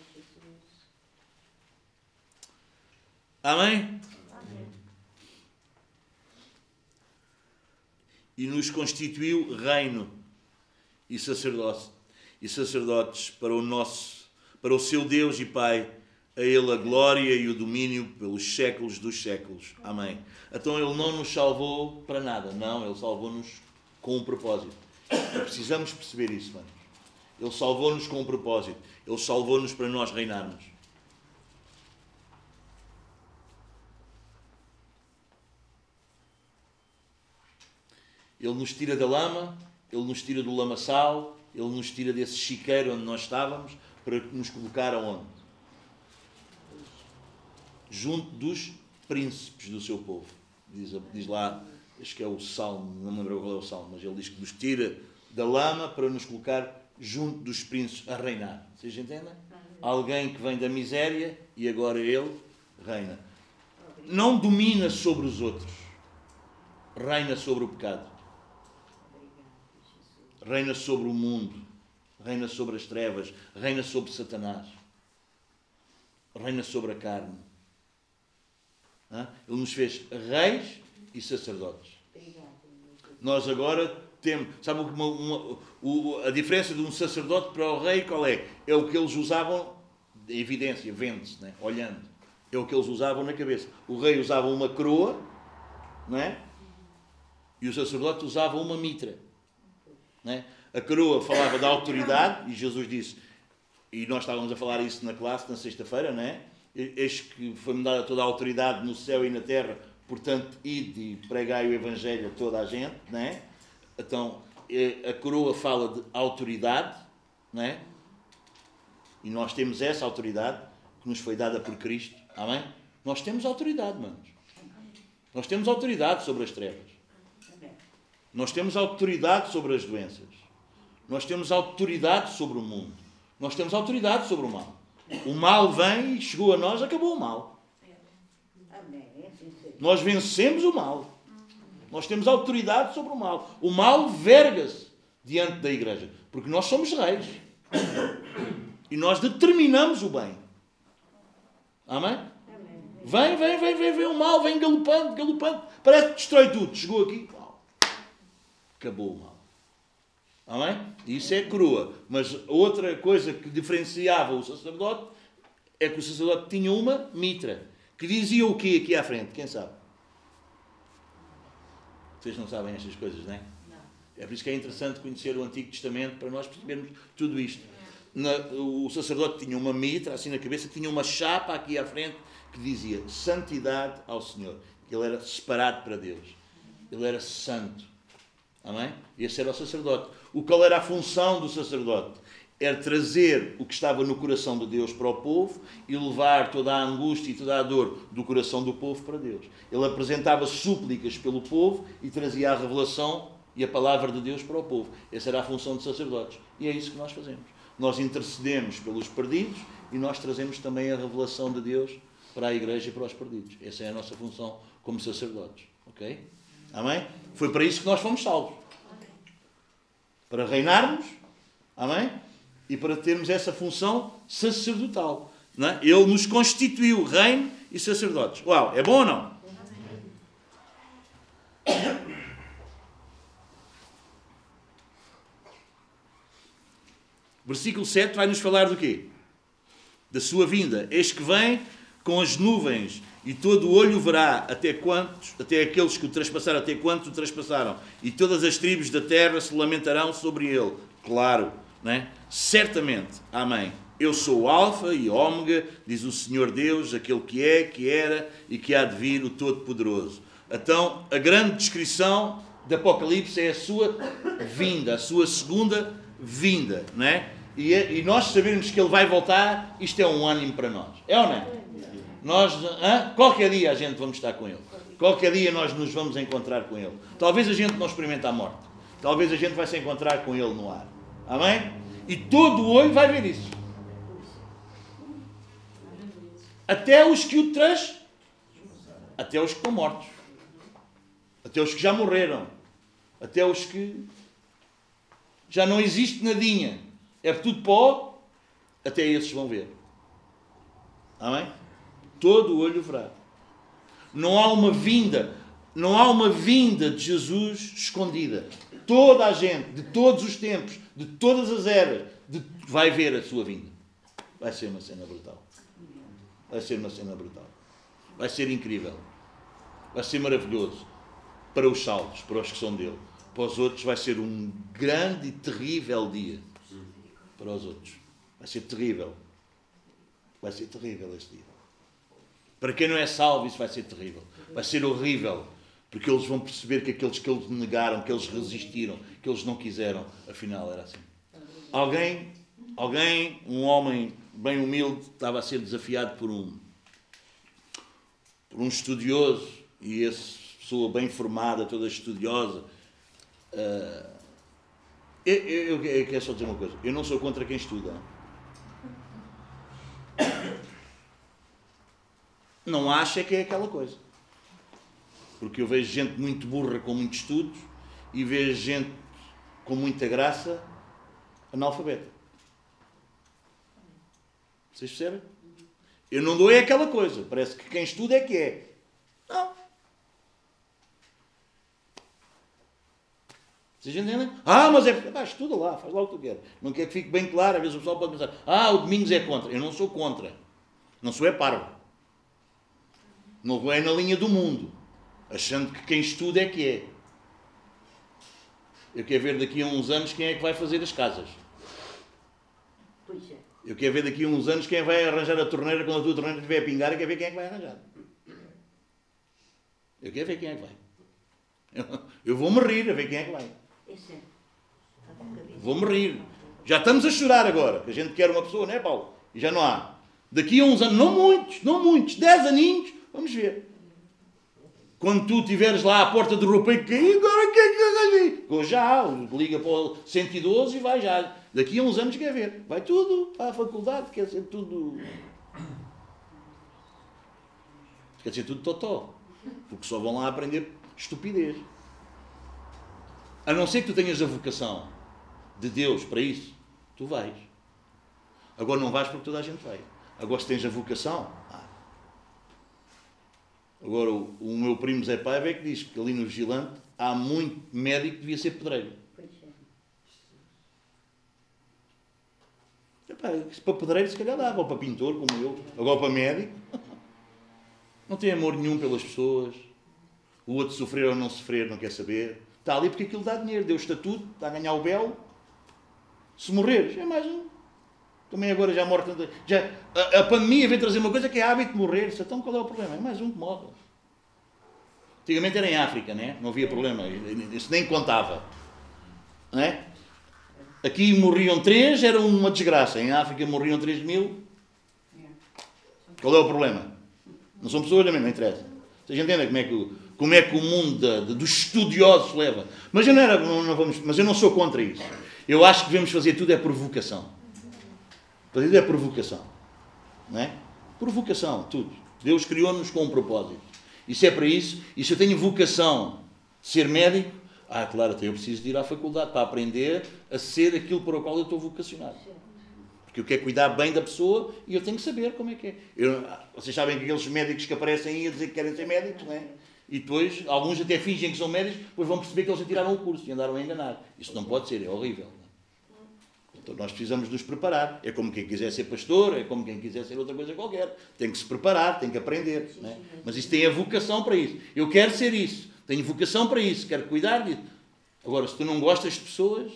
Amém? Amém? E nos constituiu reino e sacerdócio. E sacerdotes para o nosso, para o seu Deus e Pai, a Ele a glória e o domínio pelos séculos dos séculos. Amém. Então Ele não nos salvou para nada, não, Ele salvou-nos com um propósito. E precisamos perceber isso, mano. Ele salvou-nos com um propósito. Ele salvou-nos para nós reinarmos. Ele nos tira da lama, Ele nos tira do lamaçal, Ele nos tira desse chiqueiro onde nós estávamos para nos colocar aonde? Junto dos príncipes do seu povo. Diz, diz lá acho que é o Salmo, não me lembro qual é o Salmo, mas ele diz que nos tira da lama para nos colocar junto dos príncipes a reinar. Vocês entendem? Alguém que vem da miséria e agora ele reina. Não domina sobre os outros. Reina sobre o pecado. Reina sobre o mundo. Reina sobre as trevas. Reina sobre Satanás. Reina sobre a carne. Ele nos fez reis e sacerdotes. Nós agora temos... Sabe uma, uma, uma, a diferença de um sacerdote para o rei qual é? É o que eles usavam, de evidência, vende-se, né? Olhando. É o que eles usavam na cabeça. O rei usava uma coroa, não é? E o sacerdote usava uma mitra. Não é? A coroa falava da autoridade, e Jesus disse, e nós estávamos a falar isso na classe, na sexta-feira, não é? Eis que foi-me dada toda a autoridade no céu e na terra, portanto, ide e pregai o Evangelho a toda a gente, não é? Então, a coroa fala de autoridade, não é? E nós temos essa autoridade que nos foi dada por Cristo, amém? Nós temos autoridade, manos. Nós temos autoridade sobre as trevas. Nós temos autoridade sobre as doenças. Nós temos autoridade sobre o mundo. Nós temos autoridade sobre o mal. O mal vem e chegou a nós, acabou o mal. Nós vencemos o mal. Nós temos autoridade sobre o mal. O mal verga-se diante da igreja. Porque nós somos reis. E nós determinamos o bem. Amém? Vem, vem, vem, vem, vem o mal, vem galopando, galopando. Parece que destrói tudo. Chegou aqui, acabou o mal. Amém? Isso é coroa. Mas outra coisa que diferenciava o sacerdote é que o sacerdote tinha uma mitra. Que dizia o quê aqui à frente? Quem sabe? Vocês não sabem estas coisas, não é? Não. É por isso que é interessante conhecer o Antigo Testamento para nós percebermos tudo isto. Na, o sacerdote tinha uma mitra assim na cabeça, tinha uma chapa aqui à frente que dizia santidade ao Senhor. Ele era separado para Deus. Ele era santo. Amém? Esse era o sacerdote. O qual era a função do sacerdote? Era trazer o que estava no coração de Deus para o povo e levar toda a angústia e toda a dor do coração do povo para Deus. Ele apresentava súplicas pelo povo e trazia a revelação e a palavra de Deus para o povo. Essa era a função dos sacerdotes. E é isso que nós fazemos. Nós intercedemos pelos perdidos e nós trazemos também a revelação de Deus para a igreja e para os perdidos. Essa é a nossa função como sacerdotes. Ok? Amém? Foi para isso que nós fomos salvos. Para reinarmos. Amém? E para termos essa função sacerdotal. Não é? Ele nos constituiu reino e sacerdotes. Uau, é bom ou não? Versículo sete vai nos falar do quê? Da sua vinda. Eis que vem com as nuvens e todo o olho verá até quantos, até aqueles que o traspassaram, até quantos o traspassaram. E todas as tribos da terra se lamentarão sobre ele. Claro, não é? Certamente. Amém. Eu sou o Alfa e Ômega, diz o Senhor Deus, aquele que é, que era e que há de vir, o Todo-Poderoso. Então, a grande descrição de Apocalipse é a sua vinda, a sua segunda vinda, não é? E, e nós sabermos que ele vai voltar, isto é um ânimo para nós. É ou não é? Nós, hein? Qualquer dia a gente vamos estar com ele. Qualquer dia nós nos vamos encontrar com ele. Talvez a gente não experimente a morte. Talvez a gente vai se encontrar com ele no ar. Amém? E todo o olho vai ver isso. Até os que o traz, até os que estão mortos. Até os que já morreram. Até os que já não existe nadinha. É tudo pó. Até esses vão ver. Amém? Todo o olho verá. Não há uma vinda, não há uma vinda de Jesus escondida. Toda a gente, de todos os tempos, de todas as eras, de, vai ver a sua vinda. Vai ser uma cena brutal. Vai ser uma cena brutal. Vai ser incrível. Vai ser maravilhoso. Para os salvos, para os que são dele. Para os outros vai ser um grande e terrível dia. Para os outros. Vai ser terrível. Vai ser terrível este dia. Para quem não é salvo, isso vai ser terrível. Vai ser horrível. Porque eles vão perceber que aqueles que eles negaram, que eles resistiram, que eles não quiseram, afinal era assim. Alguém, alguém, um homem bem humilde, estava a ser desafiado por um, por um estudioso, e esse pessoa bem formada, toda estudiosa. Uh, eu, eu, eu quero só dizer uma coisa. Eu não sou contra quem estuda. Não acha que é aquela coisa. Porque eu vejo gente muito burra com muitos estudos e vejo gente com muita graça analfabeta. Vocês percebem? Eu não dou é aquela coisa. Parece que quem estuda é que é. Não. Vocês entendem? Ah, mas é... Ah, estuda lá, faz lá o que tu queres. Não quer que fique bem claro. Às vezes o pessoal pode pensar, ah, o Domingos é contra. Eu não sou contra. Não sou é parvo. Não vou é na linha do mundo. Achando que quem estuda é que é. Eu quero ver daqui a uns anos quem é que vai fazer as casas. Pois é. Eu quero ver daqui a uns anos quem vai arranjar a torneira quando a tua torneira estiver a pingar. Eu quero ver quem é que vai arranjar. Eu quero ver quem é que vai. Eu, eu vou-me rir a ver quem é que vai. É sempre. Está com a cabeça. Vou-me rir. Já estamos a chorar agora, que a gente quer uma pessoa, não é, Paulo? E já não há. Daqui a uns anos, não muitos, não muitos, dez aninhos, vamos ver. Quando tu estiveres lá à porta do roupeiro, que agora o que é que arranjei? Já, liga para o cento e doze e vai já. Daqui a uns anos quer ver. Vai tudo para a faculdade, quer ser tudo... Quer ser tudo totó. Porque só vão lá aprender estupidez. A não ser que tu tenhas a vocação de Deus para isso, tu vais. Agora não vais porque toda a gente vai. Agora se tens a vocação... Ah. Agora o, o meu primo Zé Paiva é que diz que ali no Vigilante há muito médico que devia ser pedreiro. Pois é. Epá, para pedreiro se calhar dava, ou para pintor como eu. Agora para médico... Não tem amor nenhum pelas pessoas. O outro sofrer ou não sofrer não quer saber. Está ali porque aquilo dá dinheiro. Deu estatuto, está a ganhar o belo. Se morreres, é mais um. Também agora já morre tanta... Já, a, a pandemia veio trazer uma coisa que é hábito de morrer. Então qual é o problema? É mais um que morre. Antigamente era em África, né? Não havia problema. Isso nem contava. Não é? Aqui morriam três, era uma desgraça. Em África morriam três mil. Qual é o problema? Não são pessoas também, não interessa. Vocês entendem como é que o, como é que o mundo da, da, dos estudiosos leva? Mas eu não, era, não, não vamos, mas eu não sou contra isso. Eu acho que devemos fazer tudo é por vocação. Fazer tudo é por vocação. Não é? Por vocação, tudo. Deus criou-nos com um propósito. E se é para isso, e se eu tenho vocação de ser médico, ah, claro, então eu preciso de ir à faculdade para aprender a ser aquilo para o qual eu estou vocacionado. Porque eu quero cuidar bem da pessoa e eu tenho que saber como é que é. Eu, vocês sabem que aqueles médicos que aparecem aí a dizer que querem ser médicos, não é? E depois, alguns até fingem que são médicos, depois vão perceber que eles já tiraram o curso e andaram a enganar. Isso não pode ser, é horrível. Então nós precisamos nos preparar. É como quem quiser ser pastor, é como quem quiser ser outra coisa qualquer. Tem que se preparar, tem que aprender. Não é? Mas isso tem a vocação para isso. Eu quero ser isso, tenho vocação para isso, quero cuidar disso. Agora, se tu não gostas de pessoas,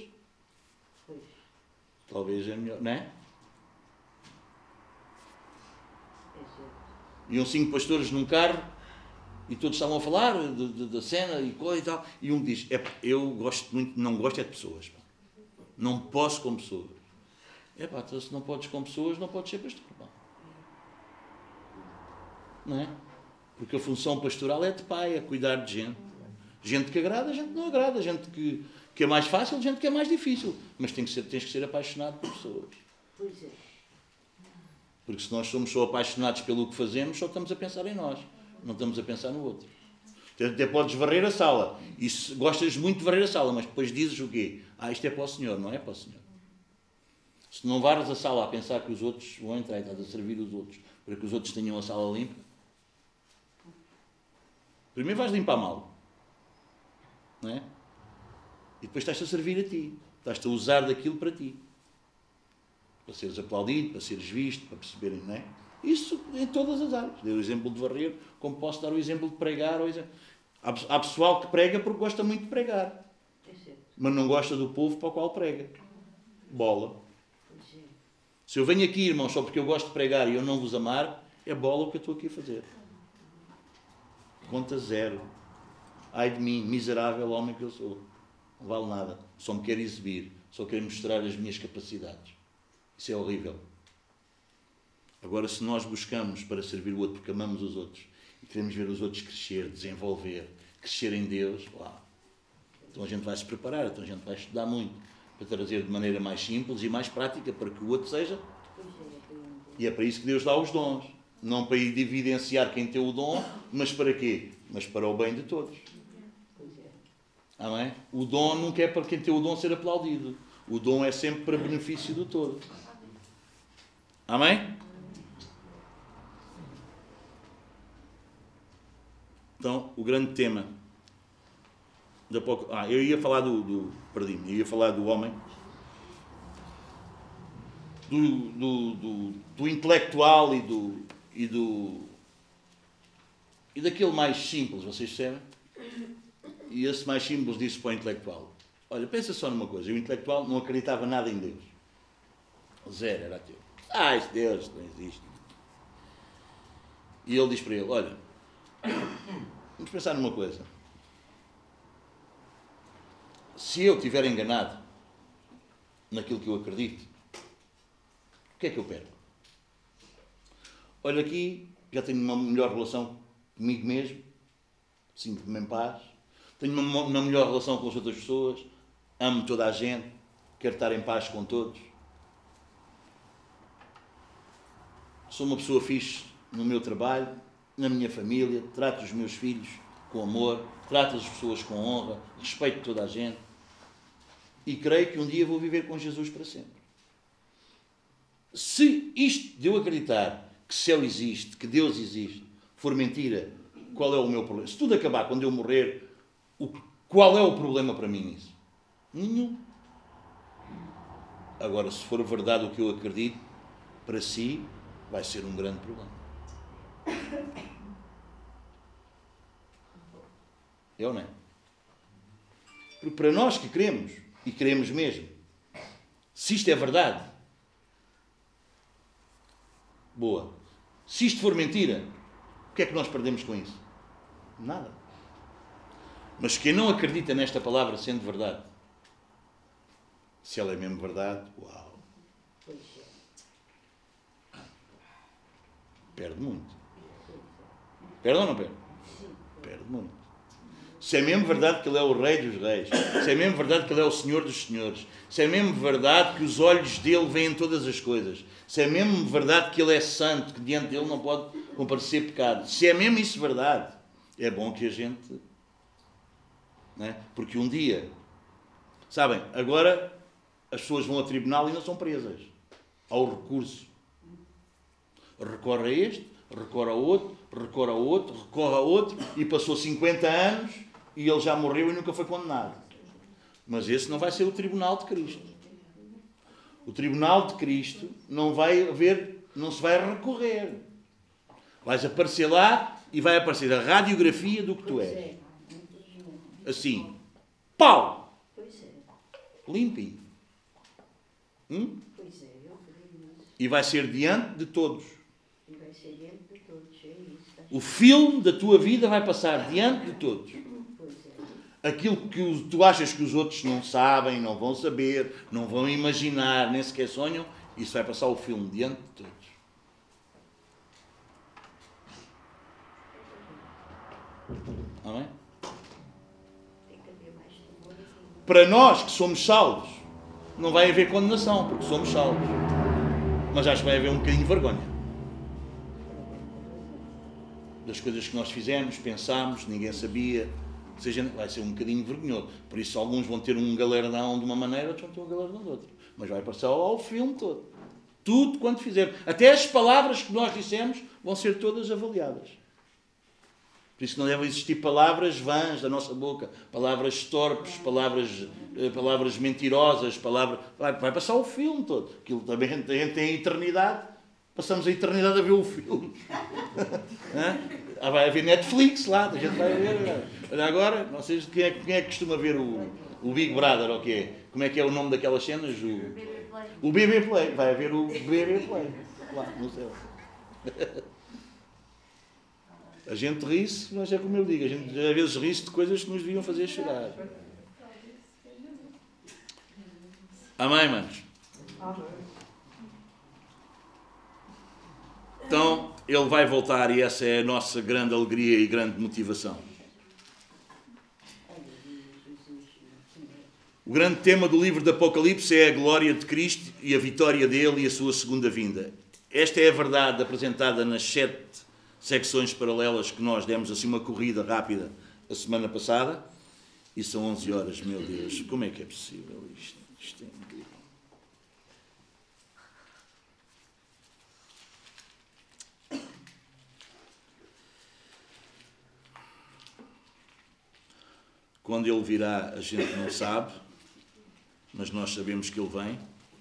talvez é melhor, não é? Iam cinco pastores num carro e todos estavam a falar da cena e coisa e tal. E um diz, é, eu gosto muito, não gosto é de pessoas. Pá. Não posso com pessoas. É pá, então, se não podes com pessoas, não podes ser pastor. Pá. Não é? Porque a função pastoral é de pai, é cuidar de gente. Gente que agrada, gente que não agrada. Gente que, que é mais fácil, gente que é mais difícil. Mas tem que ser, tens que ser apaixonado por pessoas. Pois é. Porque se nós somos só apaixonados pelo que fazemos, só estamos a pensar em nós. Não estamos a pensar no outro. Até podes varrer a sala. E se gostas muito de varrer a sala, mas depois dizes o quê? Ah, isto é para o Senhor, não é para o Senhor. Se não varres a sala a pensar que os outros vão entrar e estás a servir os outros para que os outros tenham a sala limpa, primeiro vais limpar mal. Não é? E depois estás-te a servir a ti. Estás-te a usar daquilo para ti. Para seres aplaudido, para seres visto, para perceberem, não é? Isso em todas as áreas. Dei o exemplo de varrer, como posso dar o exemplo de pregar. Ou exemplo... Há pessoal que prega porque gosta muito de pregar, mas não gosta do povo para o qual prega. Bola. Se eu venho aqui, irmãos, só porque eu gosto de pregar e eu não vos amar, é bola o que eu estou aqui a fazer. Conta zero. Ai de mim, miserável homem que eu sou. Não vale nada. Só me quero exibir. Só quero mostrar as minhas capacidades. Isso é horrível. Agora, se nós buscamos para servir o outro porque amamos os outros e queremos ver os outros crescer, desenvolver, crescer em Deus, uau. Então a gente vai se preparar, então a gente vai estudar muito para trazer de maneira mais simples e mais prática para que o outro seja. E é para isso que Deus dá os dons. Não para evidenciar quem tem o dom, mas para quê? Mas para o bem de todos. Amém? O dom nunca é para quem tem o dom ser aplaudido. O dom é sempre para benefício do todo. Amém? Então, o grande tema. Da pouco, ah, eu ia falar do. do Perdi-me. Eu ia falar do homem. Do, do, do, do intelectual e do, e do. E daquele mais simples, vocês percebem? E esse mais simples disse para o intelectual: olha, pensa só numa coisa. O intelectual não acreditava nada em Deus. Zero era ateu. Ah, esse Deus não existe. E ele diz para ele: olha, vamos pensar numa coisa. Se eu estiver enganado naquilo que eu acredito, o que é que eu perco? Olha, aqui já tenho uma melhor relação comigo mesmo, sinto-me em paz, tenho uma, uma melhor relação com as outras pessoas, amo toda a gente, quero estar em paz com todos. Sou uma pessoa fixe no meu trabalho, na minha família, trato os meus filhos com amor, trato as pessoas com honra, respeito toda a gente e creio que um dia vou viver com Jesus para sempre. Se isto de eu acreditar que céu existe, que Deus existe, for mentira, qual é o meu problema? Se tudo acabar quando eu morrer, o, qual é o problema para mim nisso? Nenhum. Agora, se for verdade o que eu acredito, para si vai ser um grande problema. É ou não é? Porque para nós que queremos, e queremos mesmo, se isto é verdade, boa. Se isto for mentira, o que é que nós perdemos com isso? Nada. Mas quem não acredita nesta palavra sendo verdade, se ela é mesmo verdade, uau, perde muito. Perde ou não perde? Perde muito. Se é mesmo verdade que Ele é o Rei dos Reis, se é mesmo verdade que Ele é o Senhor dos Senhores, se é mesmo verdade que os olhos dele veem todas as coisas, se é mesmo verdade que Ele é santo, que diante dele não pode comparecer pecado, se é mesmo isso verdade, é bom que a gente... Não é? Porque um dia, sabem, agora as pessoas vão a tribunal e não são presas. Ao recurso. Recorre a este, recorre a outro, recorre a outro, recorre a outro, e passou cinquenta anos e ele já morreu e nunca foi condenado. Mas esse não vai ser o tribunal de Cristo. O tribunal de Cristo não vai haver, não se vai recorrer. Vais aparecer lá e vai aparecer a radiografia do que tu és. Assim, pau! Limpinho. Hum? E vai ser diante de todos. O filme da tua vida vai passar diante de todos. Aquilo que tu achas que os outros não sabem, não vão saber, não vão imaginar, nem sequer sonham, isso vai passar o filme diante de todos. Amém? Para nós que somos salvos, não vai haver condenação, porque somos salvos. Mas acho que vai haver um bocadinho de vergonha. Das coisas que nós fizemos, pensámos, ninguém sabia. Ou seja, vai ser um bocadinho vergonhoso. Por isso, alguns vão ter um galardão de uma maneira, outros vão ter um galardão de outra. Mas vai passar ao filme todo. Tudo quanto fizemos. Até as palavras que nós dissemos vão ser todas avaliadas. Por isso não devem existir palavras vãs da nossa boca, palavras torpes, palavras, palavras mentirosas, palavras... Vai, vai passar o filme todo. Aquilo também a gente tem a eternidade. Passamos a eternidade a ver o filme. Ah, vai haver Netflix lá, a gente vai ver. Olha agora, não sei quem é, quem é que costuma ver o, o Big Brother, ou o quê? Como é que é o nome daquelas cenas? O, o B B Play. Vai haver o B B Play lá no céu. A gente ri-se, mas é como eu digo, a gente às vezes ri-se de coisas que nos deviam fazer chorar. Amém, manos? Então, ele vai voltar e essa é a nossa grande alegria e grande motivação. O grande tema do livro do Apocalipse é a glória de Cristo e a vitória dele e a sua segunda vinda. Esta é a verdade apresentada nas sete secções paralelas que nós demos assim uma corrida rápida a semana passada. E são onze horas, meu Deus, como é que é possível isto? Isto é incrível. Quando ele virá, a gente não sabe, mas nós sabemos que ele vem.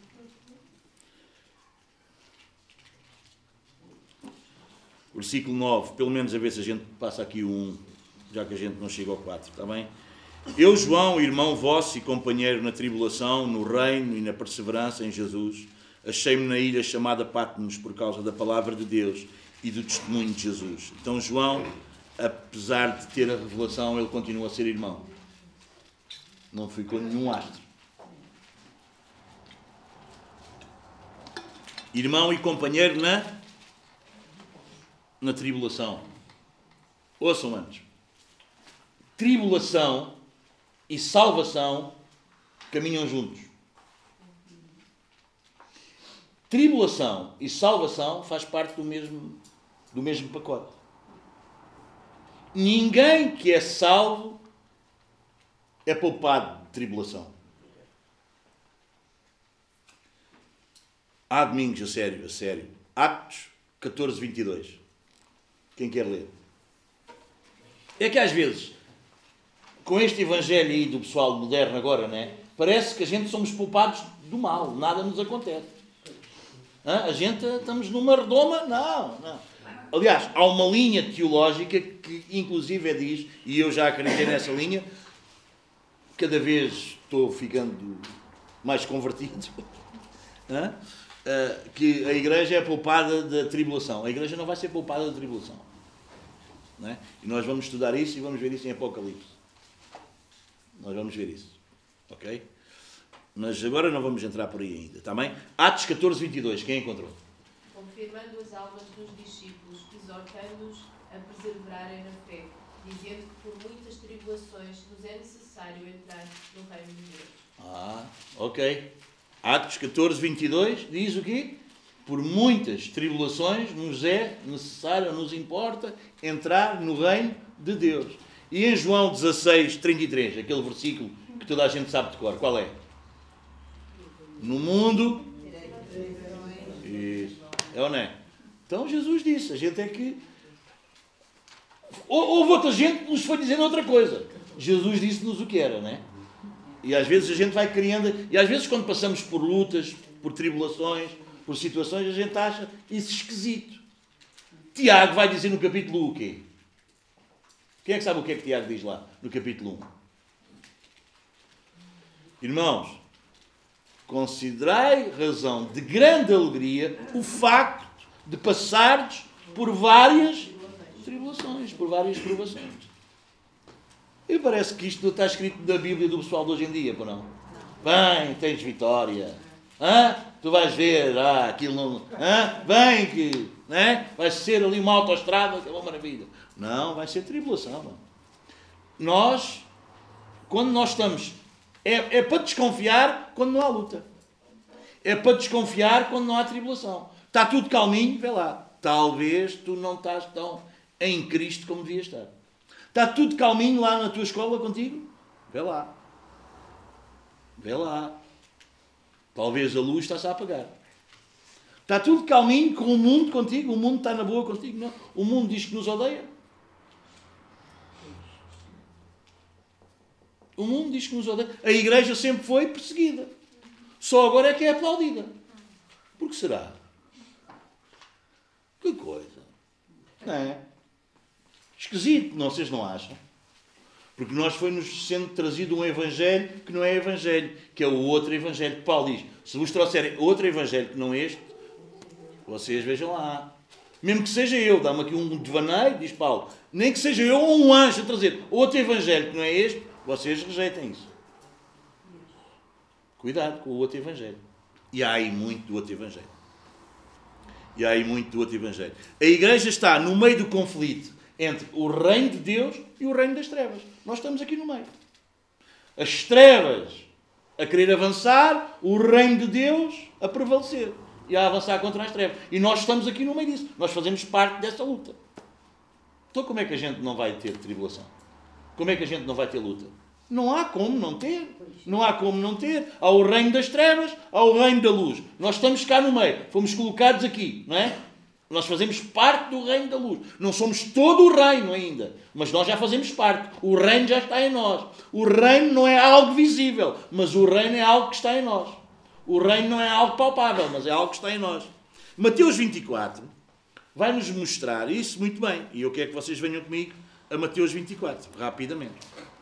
Versículo nove, pelo menos a ver se a gente passa aqui o um, já que a gente não chega ao quatro, está bem? Eu, João, irmão vosso e companheiro na tribulação, no reino e na perseverança em Jesus, achei-me na ilha chamada Patmos por causa da palavra de Deus e do testemunho de Jesus. Então João, apesar de ter a revelação, ele continua a ser irmão. Não ficou nenhum astro. Irmão e companheiro na, na tribulação. Ouçam antes. Tribulação e salvação caminham juntos. Tribulação e salvação faz parte do mesmo, do mesmo pacote. Ninguém que é salvo é poupado de tribulação. Há domingos, a sério, a sério. Atos catorze, vinte e dois. Quem quer ler? É que às vezes, com este evangelho aí do pessoal moderno agora, né, parece que a gente somos poupados do mal, nada nos acontece. Hã? A gente estamos numa redoma? Não, não. Aliás, há uma linha teológica que inclusive diz, e eu já acreditei nessa linha, cada vez estou ficando mais convertido, hã? Uh, que a igreja é poupada da tribulação. A igreja não vai ser poupada da tribulação. Não é? E nós vamos estudar isso e vamos ver isso em Apocalipse. Nós vamos ver isso. Ok? Mas agora não vamos entrar por aí ainda. Está bem? Atos catorze, vinte e dois. Quem encontrou? Confirmando as almas dos discípulos, exortando-os a perseverarem na fé, dizendo que por muitas tribulações nos é necessário entrar no reino de Deus. Ah, ok. Atos catorze, vinte e dois diz o quê? Por muitas tribulações nos é necessário, nos importa entrar no reino de Deus. E em João dezasseis, trinta e três, aquele versículo que toda a gente sabe de cor, qual é? No mundo... Isso. É ou não é? Então Jesus disse, a gente é que... Houve outra gente que nos foi dizendo outra coisa. Jesus disse-nos o que era, não é? E às vezes a gente vai criando... E às vezes quando passamos por lutas, por tribulações, por situações, a gente acha isso esquisito. Tiago vai dizer no capítulo um o quê? Quem é que sabe o que é que Tiago diz lá, no capítulo um? Irmãos, considerai razão de grande alegria o facto de passardes por várias tribulações, por várias provações. E parece que isto está escrito na Bíblia do pessoal de hoje em dia, pô não? Vem, tens vitória. Hã? Tu vais ver, ah, aquilo não... Hã? Vem que... Né? Vai ser ali uma autoestrada, que é uma maravilha. Não, vai ser tribulação. Não. Nós, quando nós estamos... É, é para desconfiar quando não há luta. É para desconfiar quando não há tribulação. Está tudo calminho, vê lá. Talvez tu não estás tão em Cristo como devias estar. Está tudo calminho lá na tua escola contigo? Vê lá. Vê lá. Talvez a luz está-se a apagar. Está tudo calminho com o mundo contigo? O mundo está na boa contigo? Não. O mundo diz que nos odeia. O mundo diz que nos odeia. A igreja sempre foi perseguida. Só agora é que é aplaudida. Por que será? Que coisa. Não é? Esquisito, não, vocês não acham? Porque nós foi-nos sendo trazido um evangelho que não é evangelho, que é o outro evangelho. Que Paulo diz, se vos trouxerem outro evangelho que não este, vocês vejam lá. Mesmo que seja eu, dá-me aqui um devaneio, diz Paulo, nem que seja eu ou um anjo a trazer outro evangelho que não é este, vocês rejeitem isso. Cuidado com o outro evangelho. E há aí muito do outro evangelho. E há aí muito do outro evangelho. A igreja está no meio do conflito entre o reino de Deus e o reino das trevas. Nós estamos aqui no meio. As trevas a querer avançar, o reino de Deus a prevalecer e a avançar contra as trevas. E nós estamos aqui no meio disso. Nós fazemos parte dessa luta. Então como é que a gente não vai ter tribulação? Como é que a gente não vai ter luta? Não há como não ter. Não há como não ter. Há o reino das trevas, há o reino da luz. Nós estamos cá no meio. Fomos colocados aqui, não é? Nós fazemos parte do reino da luz. Não somos todo o reino ainda, mas nós já fazemos parte. O reino já está em nós. O reino não é algo visível, mas o reino é algo que está em nós. O reino não é algo palpável, mas é algo que está em nós. Mateus vinte e quatro vai-nos mostrar isso muito bem. E eu quero que vocês venham comigo a Mateus vinte e quatro, rapidamente.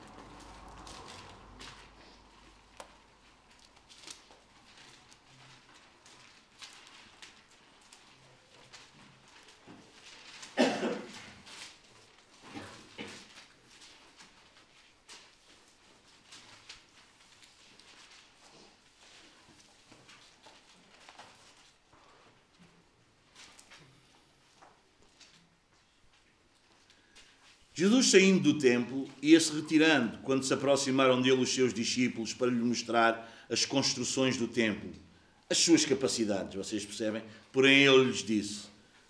Jesus, saindo do templo, ia-se retirando quando se aproximaram dele os seus discípulos para lhe mostrar as construções do templo, as suas capacidades, vocês percebem? Porém ele lhes disse: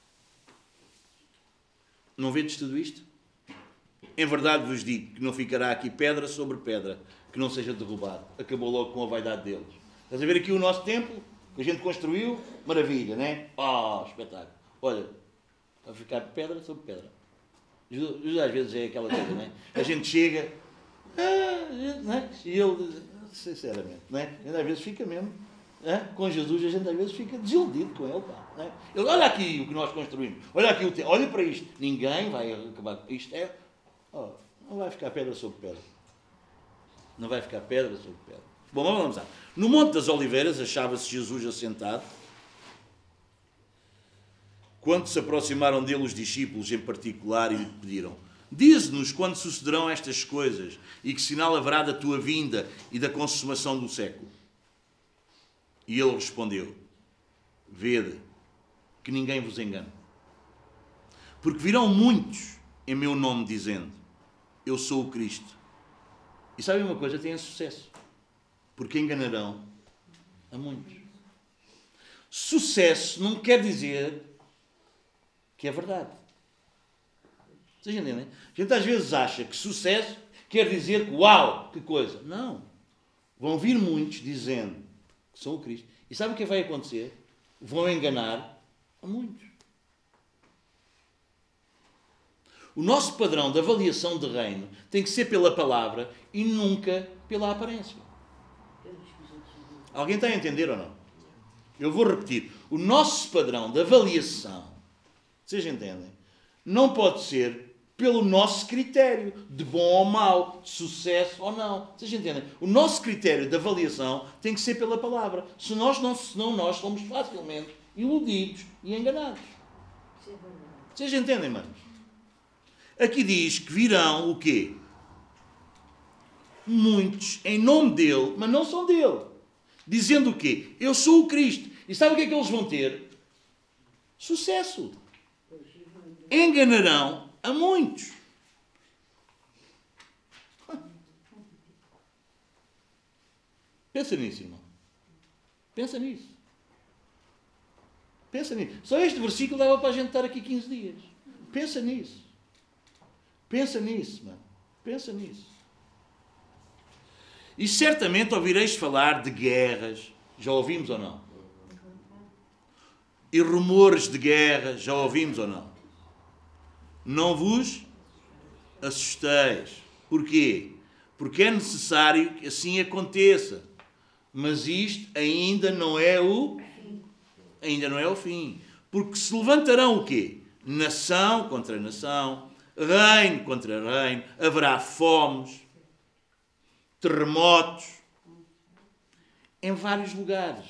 não vedes tudo isto? Em verdade vos digo que não ficará aqui pedra sobre pedra que não seja derrubado. Acabou logo com a vaidade deles. Estás a ver aqui o nosso templo, que a gente construiu? Maravilha, não é? Oh, espetáculo. Olha, vai ficar pedra sobre pedra. Jesus às vezes é aquela coisa, não é? A gente chega, ah, não é? E ele, sinceramente, não é? A gente às vezes fica mesmo, não é? Com Jesus, a gente às vezes fica desiludido com ele, pá, não é? Ele, olha aqui o que nós construímos, olha aqui o tempo, olha para isto, ninguém vai acabar, isto é, oh, não vai ficar pedra sobre pedra, não vai ficar pedra sobre pedra. Bom, vamos lá. No Monte das Oliveiras achava-se Jesus assentado. Quando se aproximaram dele os discípulos em particular e lhe pediram: dize-nos quando sucederão estas coisas e que sinal haverá da tua vinda e da consumação do século. E ele respondeu: vede que ninguém vos engane. Porque virão muitos em meu nome dizendo: eu sou o Cristo. E sabem uma coisa? Tenham sucesso. Porque enganarão a muitos. Sucesso não quer dizer que é verdade. Vocês entendem? A gente às vezes acha que sucesso quer dizer que uau, que coisa. Não. Vão vir muitos dizendo que são o Cristo. E sabe o que vai acontecer? Vão enganar a muitos. O nosso padrão de avaliação de reino tem que ser pela palavra e nunca pela aparência. Alguém está a entender ou não? Eu vou repetir. O nosso padrão de avaliação, vocês entendem? Não pode ser pelo nosso critério de bom ou mau, de sucesso ou não. Vocês entendem? O nosso critério de avaliação tem que ser pela palavra. Se nós não, senão nós somos facilmente iludidos e enganados. Vocês entendem, manos? Aqui diz que virão o quê? Muitos em nome dele, mas não são dele. Dizendo o quê? Eu sou o Cristo. E sabe o que é que eles vão ter? Sucesso. Enganarão a muitos. Pensa nisso, irmão. Pensa nisso. Pensa nisso. Só este versículo dava para a gente estar aqui quinze dias. Pensa nisso. Pensa nisso, mano. Pensa nisso. E certamente ouvireis falar de guerras. Já ouvimos ou não? E rumores de guerra. Já ouvimos ou não? Não vos assusteis. Porquê? Porque é necessário que assim aconteça. Mas isto ainda não é o... Ainda não é o fim. Porque se levantarão o quê? Nação contra nação. Reino contra reino. Haverá fomes. Terremotos. Em vários lugares.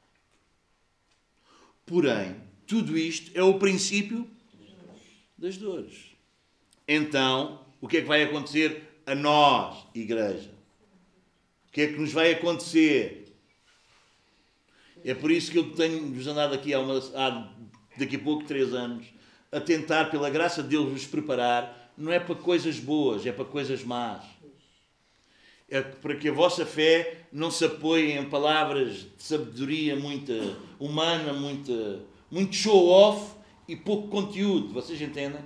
Porém, tudo isto é o princípio das dores. Então, o que é que vai acontecer a nós, igreja? O que é que nos vai acontecer? É por isso que eu tenho-vos andado aqui há, uma, há daqui a pouco três anos a tentar, pela graça de Deus, vos preparar. Não é para coisas boas, é para coisas más. É para que a vossa fé não se apoie em palavras de sabedoria muita humana, muita, muito show-off e pouco conteúdo. Vocês entendem?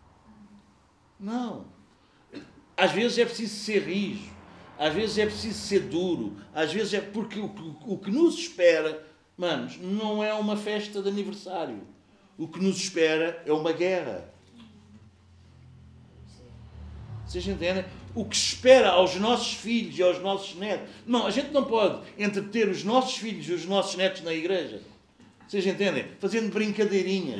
Não. Às vezes é preciso ser rijo. Às vezes é preciso ser duro. Às vezes é porque o, o, o que nos espera, manos, não é uma festa de aniversário. O que nos espera é uma guerra. Vocês entendem? O que se espera aos nossos filhos e aos nossos netos. Não, a gente não pode entreter os nossos filhos e os nossos netos na igreja. Vocês entendem? Fazendo brincadeirinhas.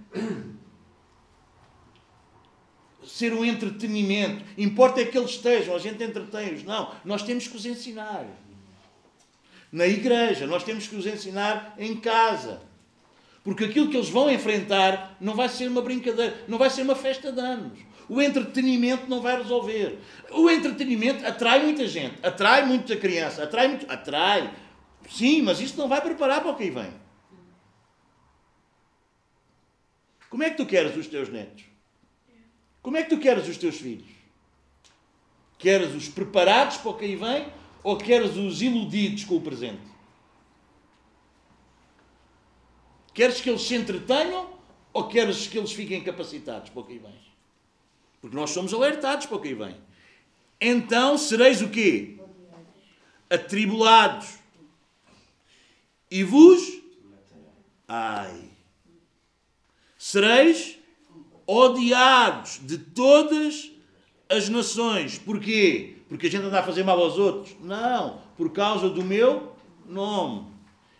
Ser um entretenimento. Importa é que eles estejam, a gente entretém-os. Não, nós temos que os ensinar. Na igreja, nós temos que os ensinar em casa. Porque aquilo que eles vão enfrentar não vai ser uma brincadeira, não vai ser uma festa de anos. O entretenimento não vai resolver. O entretenimento atrai muita gente, atrai muita criança, atrai muito... Atrai. Sim, mas isso não vai preparar para o que aí vem. Como é que tu queres os teus netos? Como é que tu queres os teus filhos? Queres-os preparados para o que aí vem ou queres-os iludidos com o presente? Queres que eles se entretenham ou queres que eles fiquem capacitados para o que aí vem? Porque nós somos alertados para o que aí vem. Então sereis o quê? Atribulados. E vos? Ai. Sereis odiados de todas as nações. Porquê? Porque a gente anda a fazer mal aos outros? Não. Por causa do meu nome.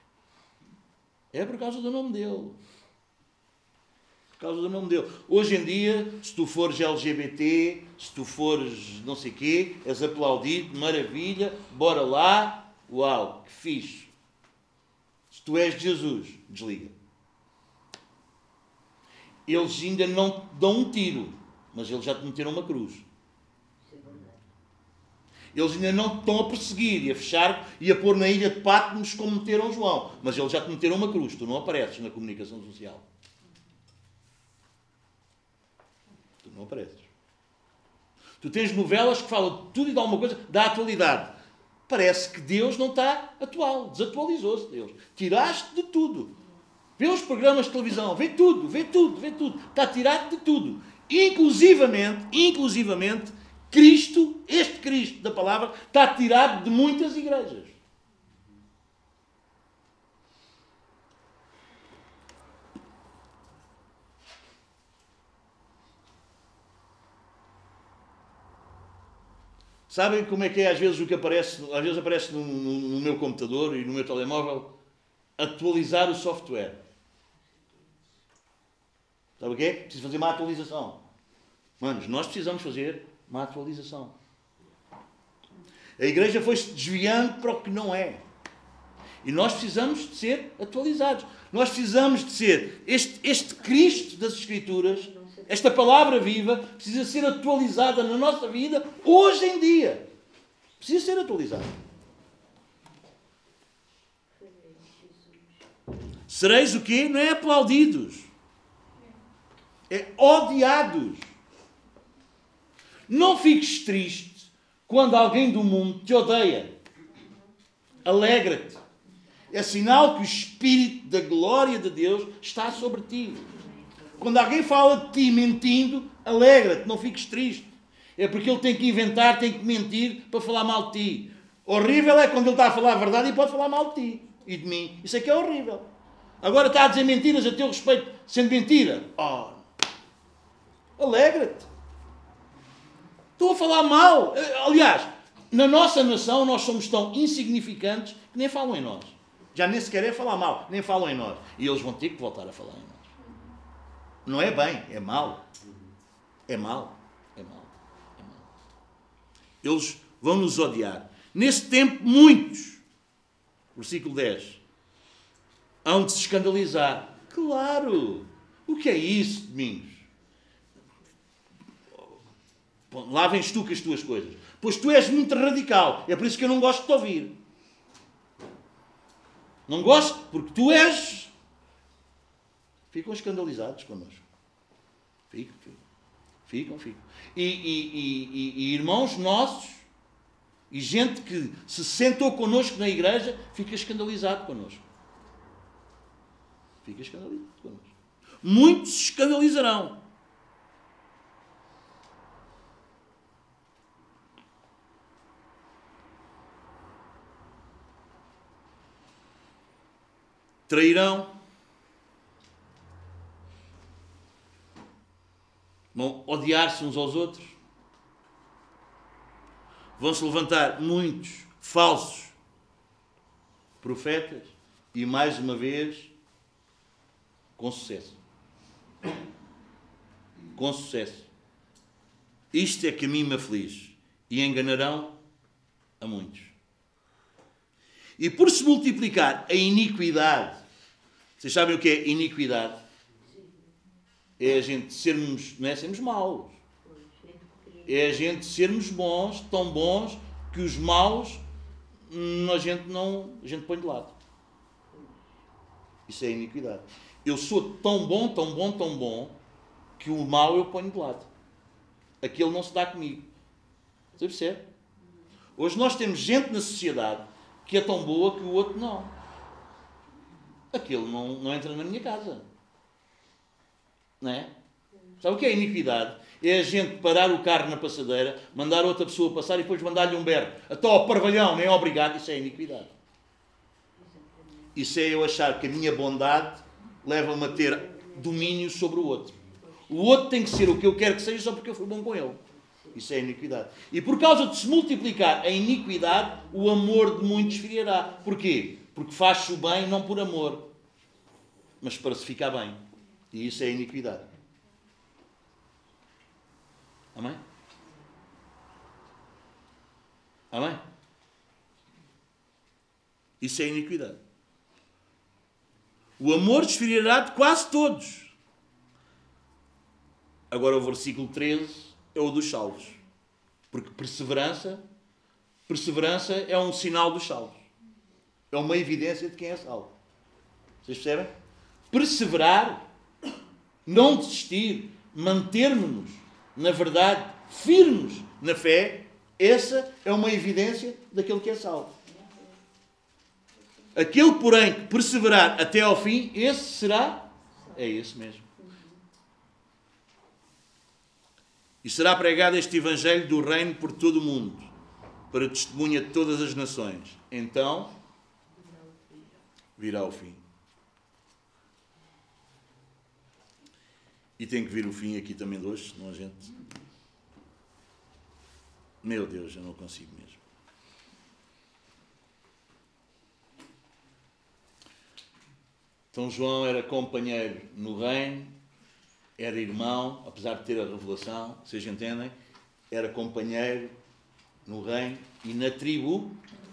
É por causa do nome dele. Por causa do nome dele. Hoje em dia, se tu fores L G B T, se tu fores não sei quê, és aplaudido, maravilha, bora lá, uau, que fixe. Se tu és de Jesus, desliga. Eles ainda não te dão um tiro, mas eles já te meteram uma cruz. Eles ainda não te estão a perseguir e a fechar e a pôr na ilha de Patmos como meteram João, mas eles já te meteram uma cruz, tu não apareces na comunicação social. Tu não apareces. Tu tens novelas que falam de tudo e de alguma coisa da atualidade. Parece que Deus não está atual. Desatualizou-se Deus. Tiraste de tudo. Vê os programas de televisão. Vê tudo, vê tudo, vê tudo. Está tirado de tudo. Inclusivamente, inclusivamente, Cristo, este Cristo da palavra, está tirado de muitas igrejas. Sabem como é que é às vezes o que aparece? Às vezes aparece no, no, no meu computador e no meu telemóvel atualizar o software. Sabe o quê? Preciso fazer uma atualização. Manos, nós precisamos fazer uma atualização. A igreja foi-se desviando para o que não é. E nós precisamos de ser atualizados. Nós precisamos de ser este, este Cristo das Escrituras, esta palavra viva, precisa ser atualizada na nossa vida hoje em dia. Precisa ser atualizada. Sereis o quê? Não é aplaudidos. É odiados. Não fiques triste quando alguém do mundo te odeia. Alegra-te. É sinal que o Espírito da glória de Deus está sobre ti. Quando alguém fala de ti mentindo, alegra-te, não fiques triste. É porque ele tem que inventar, tem que mentir para falar mal de ti. Horrível é quando ele está a falar a verdade e pode falar mal de ti e de mim. Isso é que é horrível. Agora está a dizer mentiras a teu respeito, sendo mentira. Oh, alegra-te. Estou a falar mal. Aliás, na nossa nação nós somos tão insignificantes que nem falam em nós. Já nem sequer é falar mal, nem falam em nós. E eles vão ter que voltar a falar em nós. Não é bem, é mal. É mal. É mal. É mal. Eles vão nos odiar. Nesse tempo, muitos, versículo dez, hão de se escandalizar. Claro! O que é isso, Domingos? Lá vens tu com as tuas coisas. Pois tu és muito radical. É por isso que eu não gosto de te ouvir. Não gosto, porque tu és... Ficam escandalizados connosco. Ficam, ficam. Ficam, ficam. E, e, e, e irmãos nossos E gente que se sentou connosco na igreja fica escandalizado connosco. Fica escandalizado connosco. Muitos se escandalizarão. Trairão. Vão odiar-se uns aos outros. Vão-se levantar muitos falsos profetas e, mais uma vez, com sucesso. Com sucesso. Isto é que a mim me aflige. E enganarão a muitos. E por se multiplicar a iniquidade, vocês sabem o que é iniquidade? É a gente sermos, não é sermos maus. É a gente sermos bons, tão bons, que os maus a gente, não, a gente põe de lado. Isso é iniquidade. Eu sou tão bom, tão bom, tão bom, que o mau eu ponho de lado. Aquele não se dá comigo. Você percebe? Hoje nós temos gente na sociedade que é tão boa que o outro não. Aquele não, não entra na minha casa. Não é? Sabe o que é iniquidade? É a gente parar o carro na passadeira, mandar outra pessoa passar e depois mandar-lhe um berro. Até ao parvalhão, nem obrigado. Isso é iniquidade. Isso é eu achar que a minha bondade leva-me a ter domínio sobre o outro. O outro tem que ser o que eu quero que seja só porque eu fui bom com ele. Isso é iniquidade. E por causa de se multiplicar a iniquidade, o amor de muitos esfriará. Porquê? Porque faz-se o bem não por amor, mas para se ficar bem. E isso é iniquidade. Amém? Amém? Isso é iniquidade. O amor esfriará de quase todos. Agora o versículo treze é o dos salvos. Porque perseverança, perseverança é um sinal dos salvos. É uma evidência de quem é salvo. Vocês percebem? Perseverar, não desistir, mantermos-nos na verdade, firmes na fé, essa é uma evidência daquele que é salvo. Aquele, porém, que perseverar até ao fim, esse será, é esse mesmo. E será pregado este Evangelho do Reino por todo o mundo, para testemunha de todas as nações. Então, virá o fim. E tem que vir o fim aqui também de hoje, senão a gente... Meu Deus, eu não consigo mesmo. Então João era companheiro no reino, era irmão, apesar de ter a revelação, vocês entendem? Era companheiro no reino e na tribo.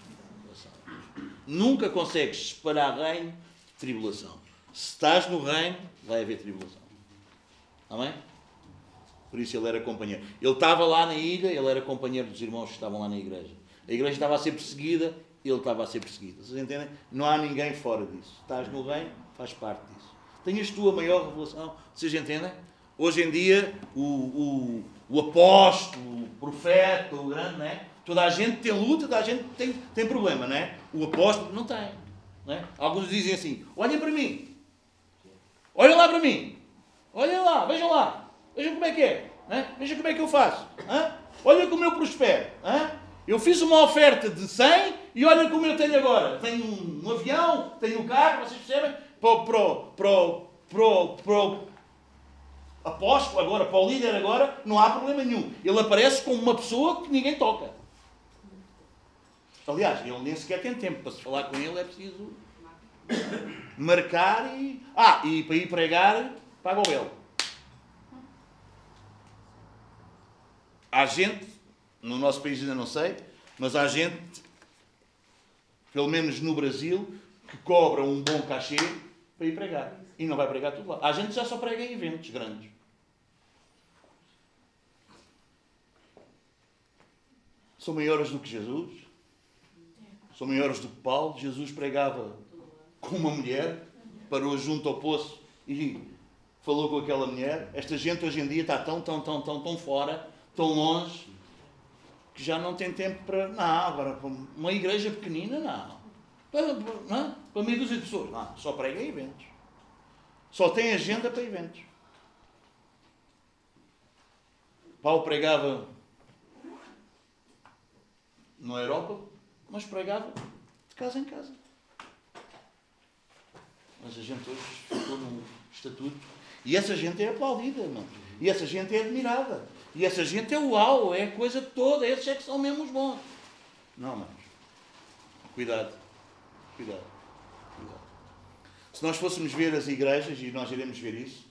Nunca consegues separar reino de tribulação. Se estás no reino, vai haver tribulação. Amém? Por isso ele era companheiro. Ele estava lá na ilha, ele era companheiro dos irmãos que estavam lá na igreja. A igreja estava a ser perseguida, ele estava a ser perseguido. Vocês entendem? Não há ninguém fora disso. Estás no reino, faz parte disso. Tenhas tu a maior revelação. Vocês entendem? Hoje em dia, o, o, o apóstolo, o profeta, o grande, não é? Toda a gente tem luta, toda a gente tem, tem problema, não é? O apóstolo não tem. Não é? Alguns dizem assim, olhem para mim. Olhem lá para mim. Olhem lá, vejam lá. Vejam como é que é. Hein? Vejam como é que eu faço. Hein? Olha como eu prospero. Hein? Eu fiz uma oferta de cem e olha como eu tenho agora. Tenho um, um avião, tenho um carro, vocês percebem? Para o pro, pro, pro, pro apóstolo agora, para o líder agora, não há problema nenhum. Ele aparece como uma pessoa que ninguém toca. Aliás, ele nem sequer tem tempo. Para se falar com ele é preciso marcar e... Ah, e para ir pregar... Paga o belo. Há gente, no nosso país ainda não sei, mas há gente, pelo menos no Brasil, que cobra um bom cachê para ir pregar. E não vai pregar tudo lá. Há gente que já só prega em eventos grandes. São maiores do que Jesus. São maiores do que Paulo. Jesus pregava com uma mulher, parou junto ao poço e... falou com aquela mulher. Esta gente hoje em dia está tão, tão, tão, tão, tão fora, tão longe, que já não tem tempo para... Não, agora, para uma igreja pequenina, não. Para, não, para meia dúzia de pessoas, não. Só prega em eventos. Só tem agenda para eventos. Paulo pregava na Europa, mas pregava de casa em casa. Mas a gente hoje ficou num estatuto. E essa gente é aplaudida, irmão. E essa gente é admirada. E essa gente é uau, é a coisa toda. Esses é que são mesmo os bons. Não, irmãos. Cuidado. Cuidado. Cuidado. Se nós fôssemos ver as igrejas, e nós iremos ver isso,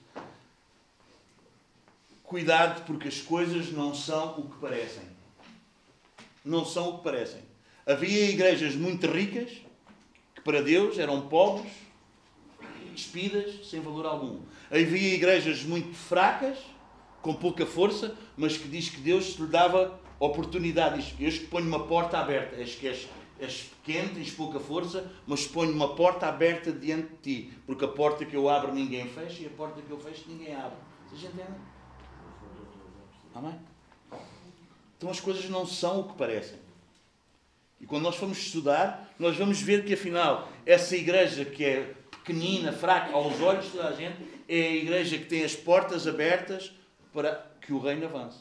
cuidado, porque as coisas não são o que parecem. Não são o que parecem. Havia igrejas muito ricas, que para Deus eram pobres, despidas, sem valor algum. Havia igrejas muito fracas, com pouca força, mas que diz que Deus lhe dava oportunidade. Diz, eu que ponho uma porta aberta. És que és, és pequeno, tens pouca força, mas ponho uma porta aberta diante de ti. Porque a porta que eu abro ninguém fecha e a porta que eu fecho ninguém abre. Vocês entendem? Amém? Então as coisas não são o que parecem. E quando nós formos estudar, nós vamos ver que afinal, essa igreja que é pequenina, fraca, aos olhos de toda a gente, é a igreja que tem as portas abertas para que o reino avance.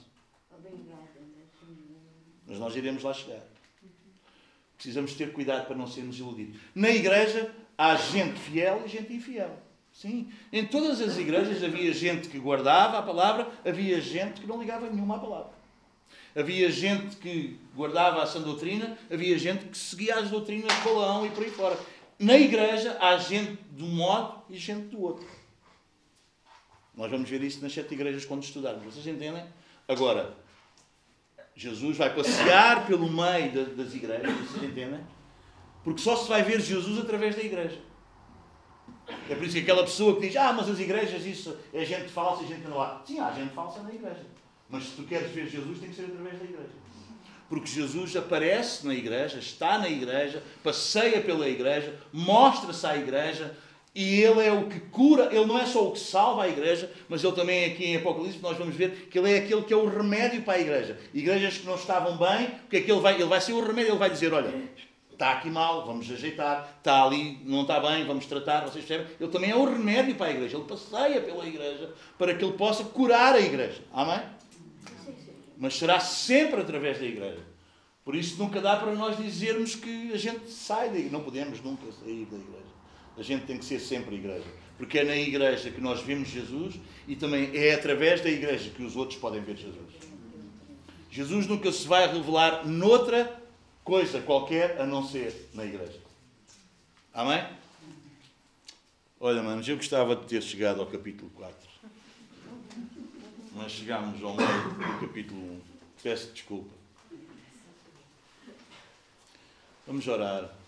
Mas nós iremos lá chegar. Precisamos ter cuidado para não sermos iludidos. Na igreja há gente fiel e gente infiel. Sim. Em todas as igrejas havia gente que guardava a palavra, havia gente que não ligava nenhuma à palavra. Havia gente que guardava a sã doutrina, havia gente que seguia as doutrinas de Balaão e por aí fora. Na igreja há gente de um modo e gente do outro. Nós vamos ver isso nas sete igrejas quando estudarmos. Vocês entendem? Agora, Jesus vai passear pelo meio das igrejas. Vocês entendem? Porque só se vai ver Jesus através da igreja. É por isso que aquela pessoa que diz, ah, mas as igrejas, isso é gente falsa e gente que não há. Sim, há gente falsa na igreja. Mas se tu queres ver Jesus, tem que ser através da igreja. Porque Jesus aparece na igreja, está na igreja, passeia pela igreja, mostra-se à igreja, e Ele é o que cura. Ele não é só o que salva a igreja, mas Ele também, aqui em Apocalipse, nós vamos ver que Ele é aquele que é o remédio para a igreja. Igrejas que não estavam bem, o que é que Ele vai? Ele vai ser o remédio. Ele vai dizer, olha, está aqui mal, vamos ajeitar, está ali, não está bem, vamos tratar, vocês percebem? Ele também é o remédio para a igreja. Ele passeia pela igreja para que Ele possa curar a igreja. Amém? Mas será sempre através da igreja. Por isso nunca dá para nós dizermos que a gente sai da igreja. Não podemos nunca sair da igreja. A gente tem que ser sempre igreja. Porque é na igreja que nós vemos Jesus e também é através da igreja que os outros podem ver Jesus. Jesus nunca se vai revelar noutra coisa qualquer a não ser na igreja. Amém? Olha, manos, eu gostava de ter chegado ao capítulo quatro. Mas chegámos ao meio do capítulo um. Peço desculpa. Vamos orar.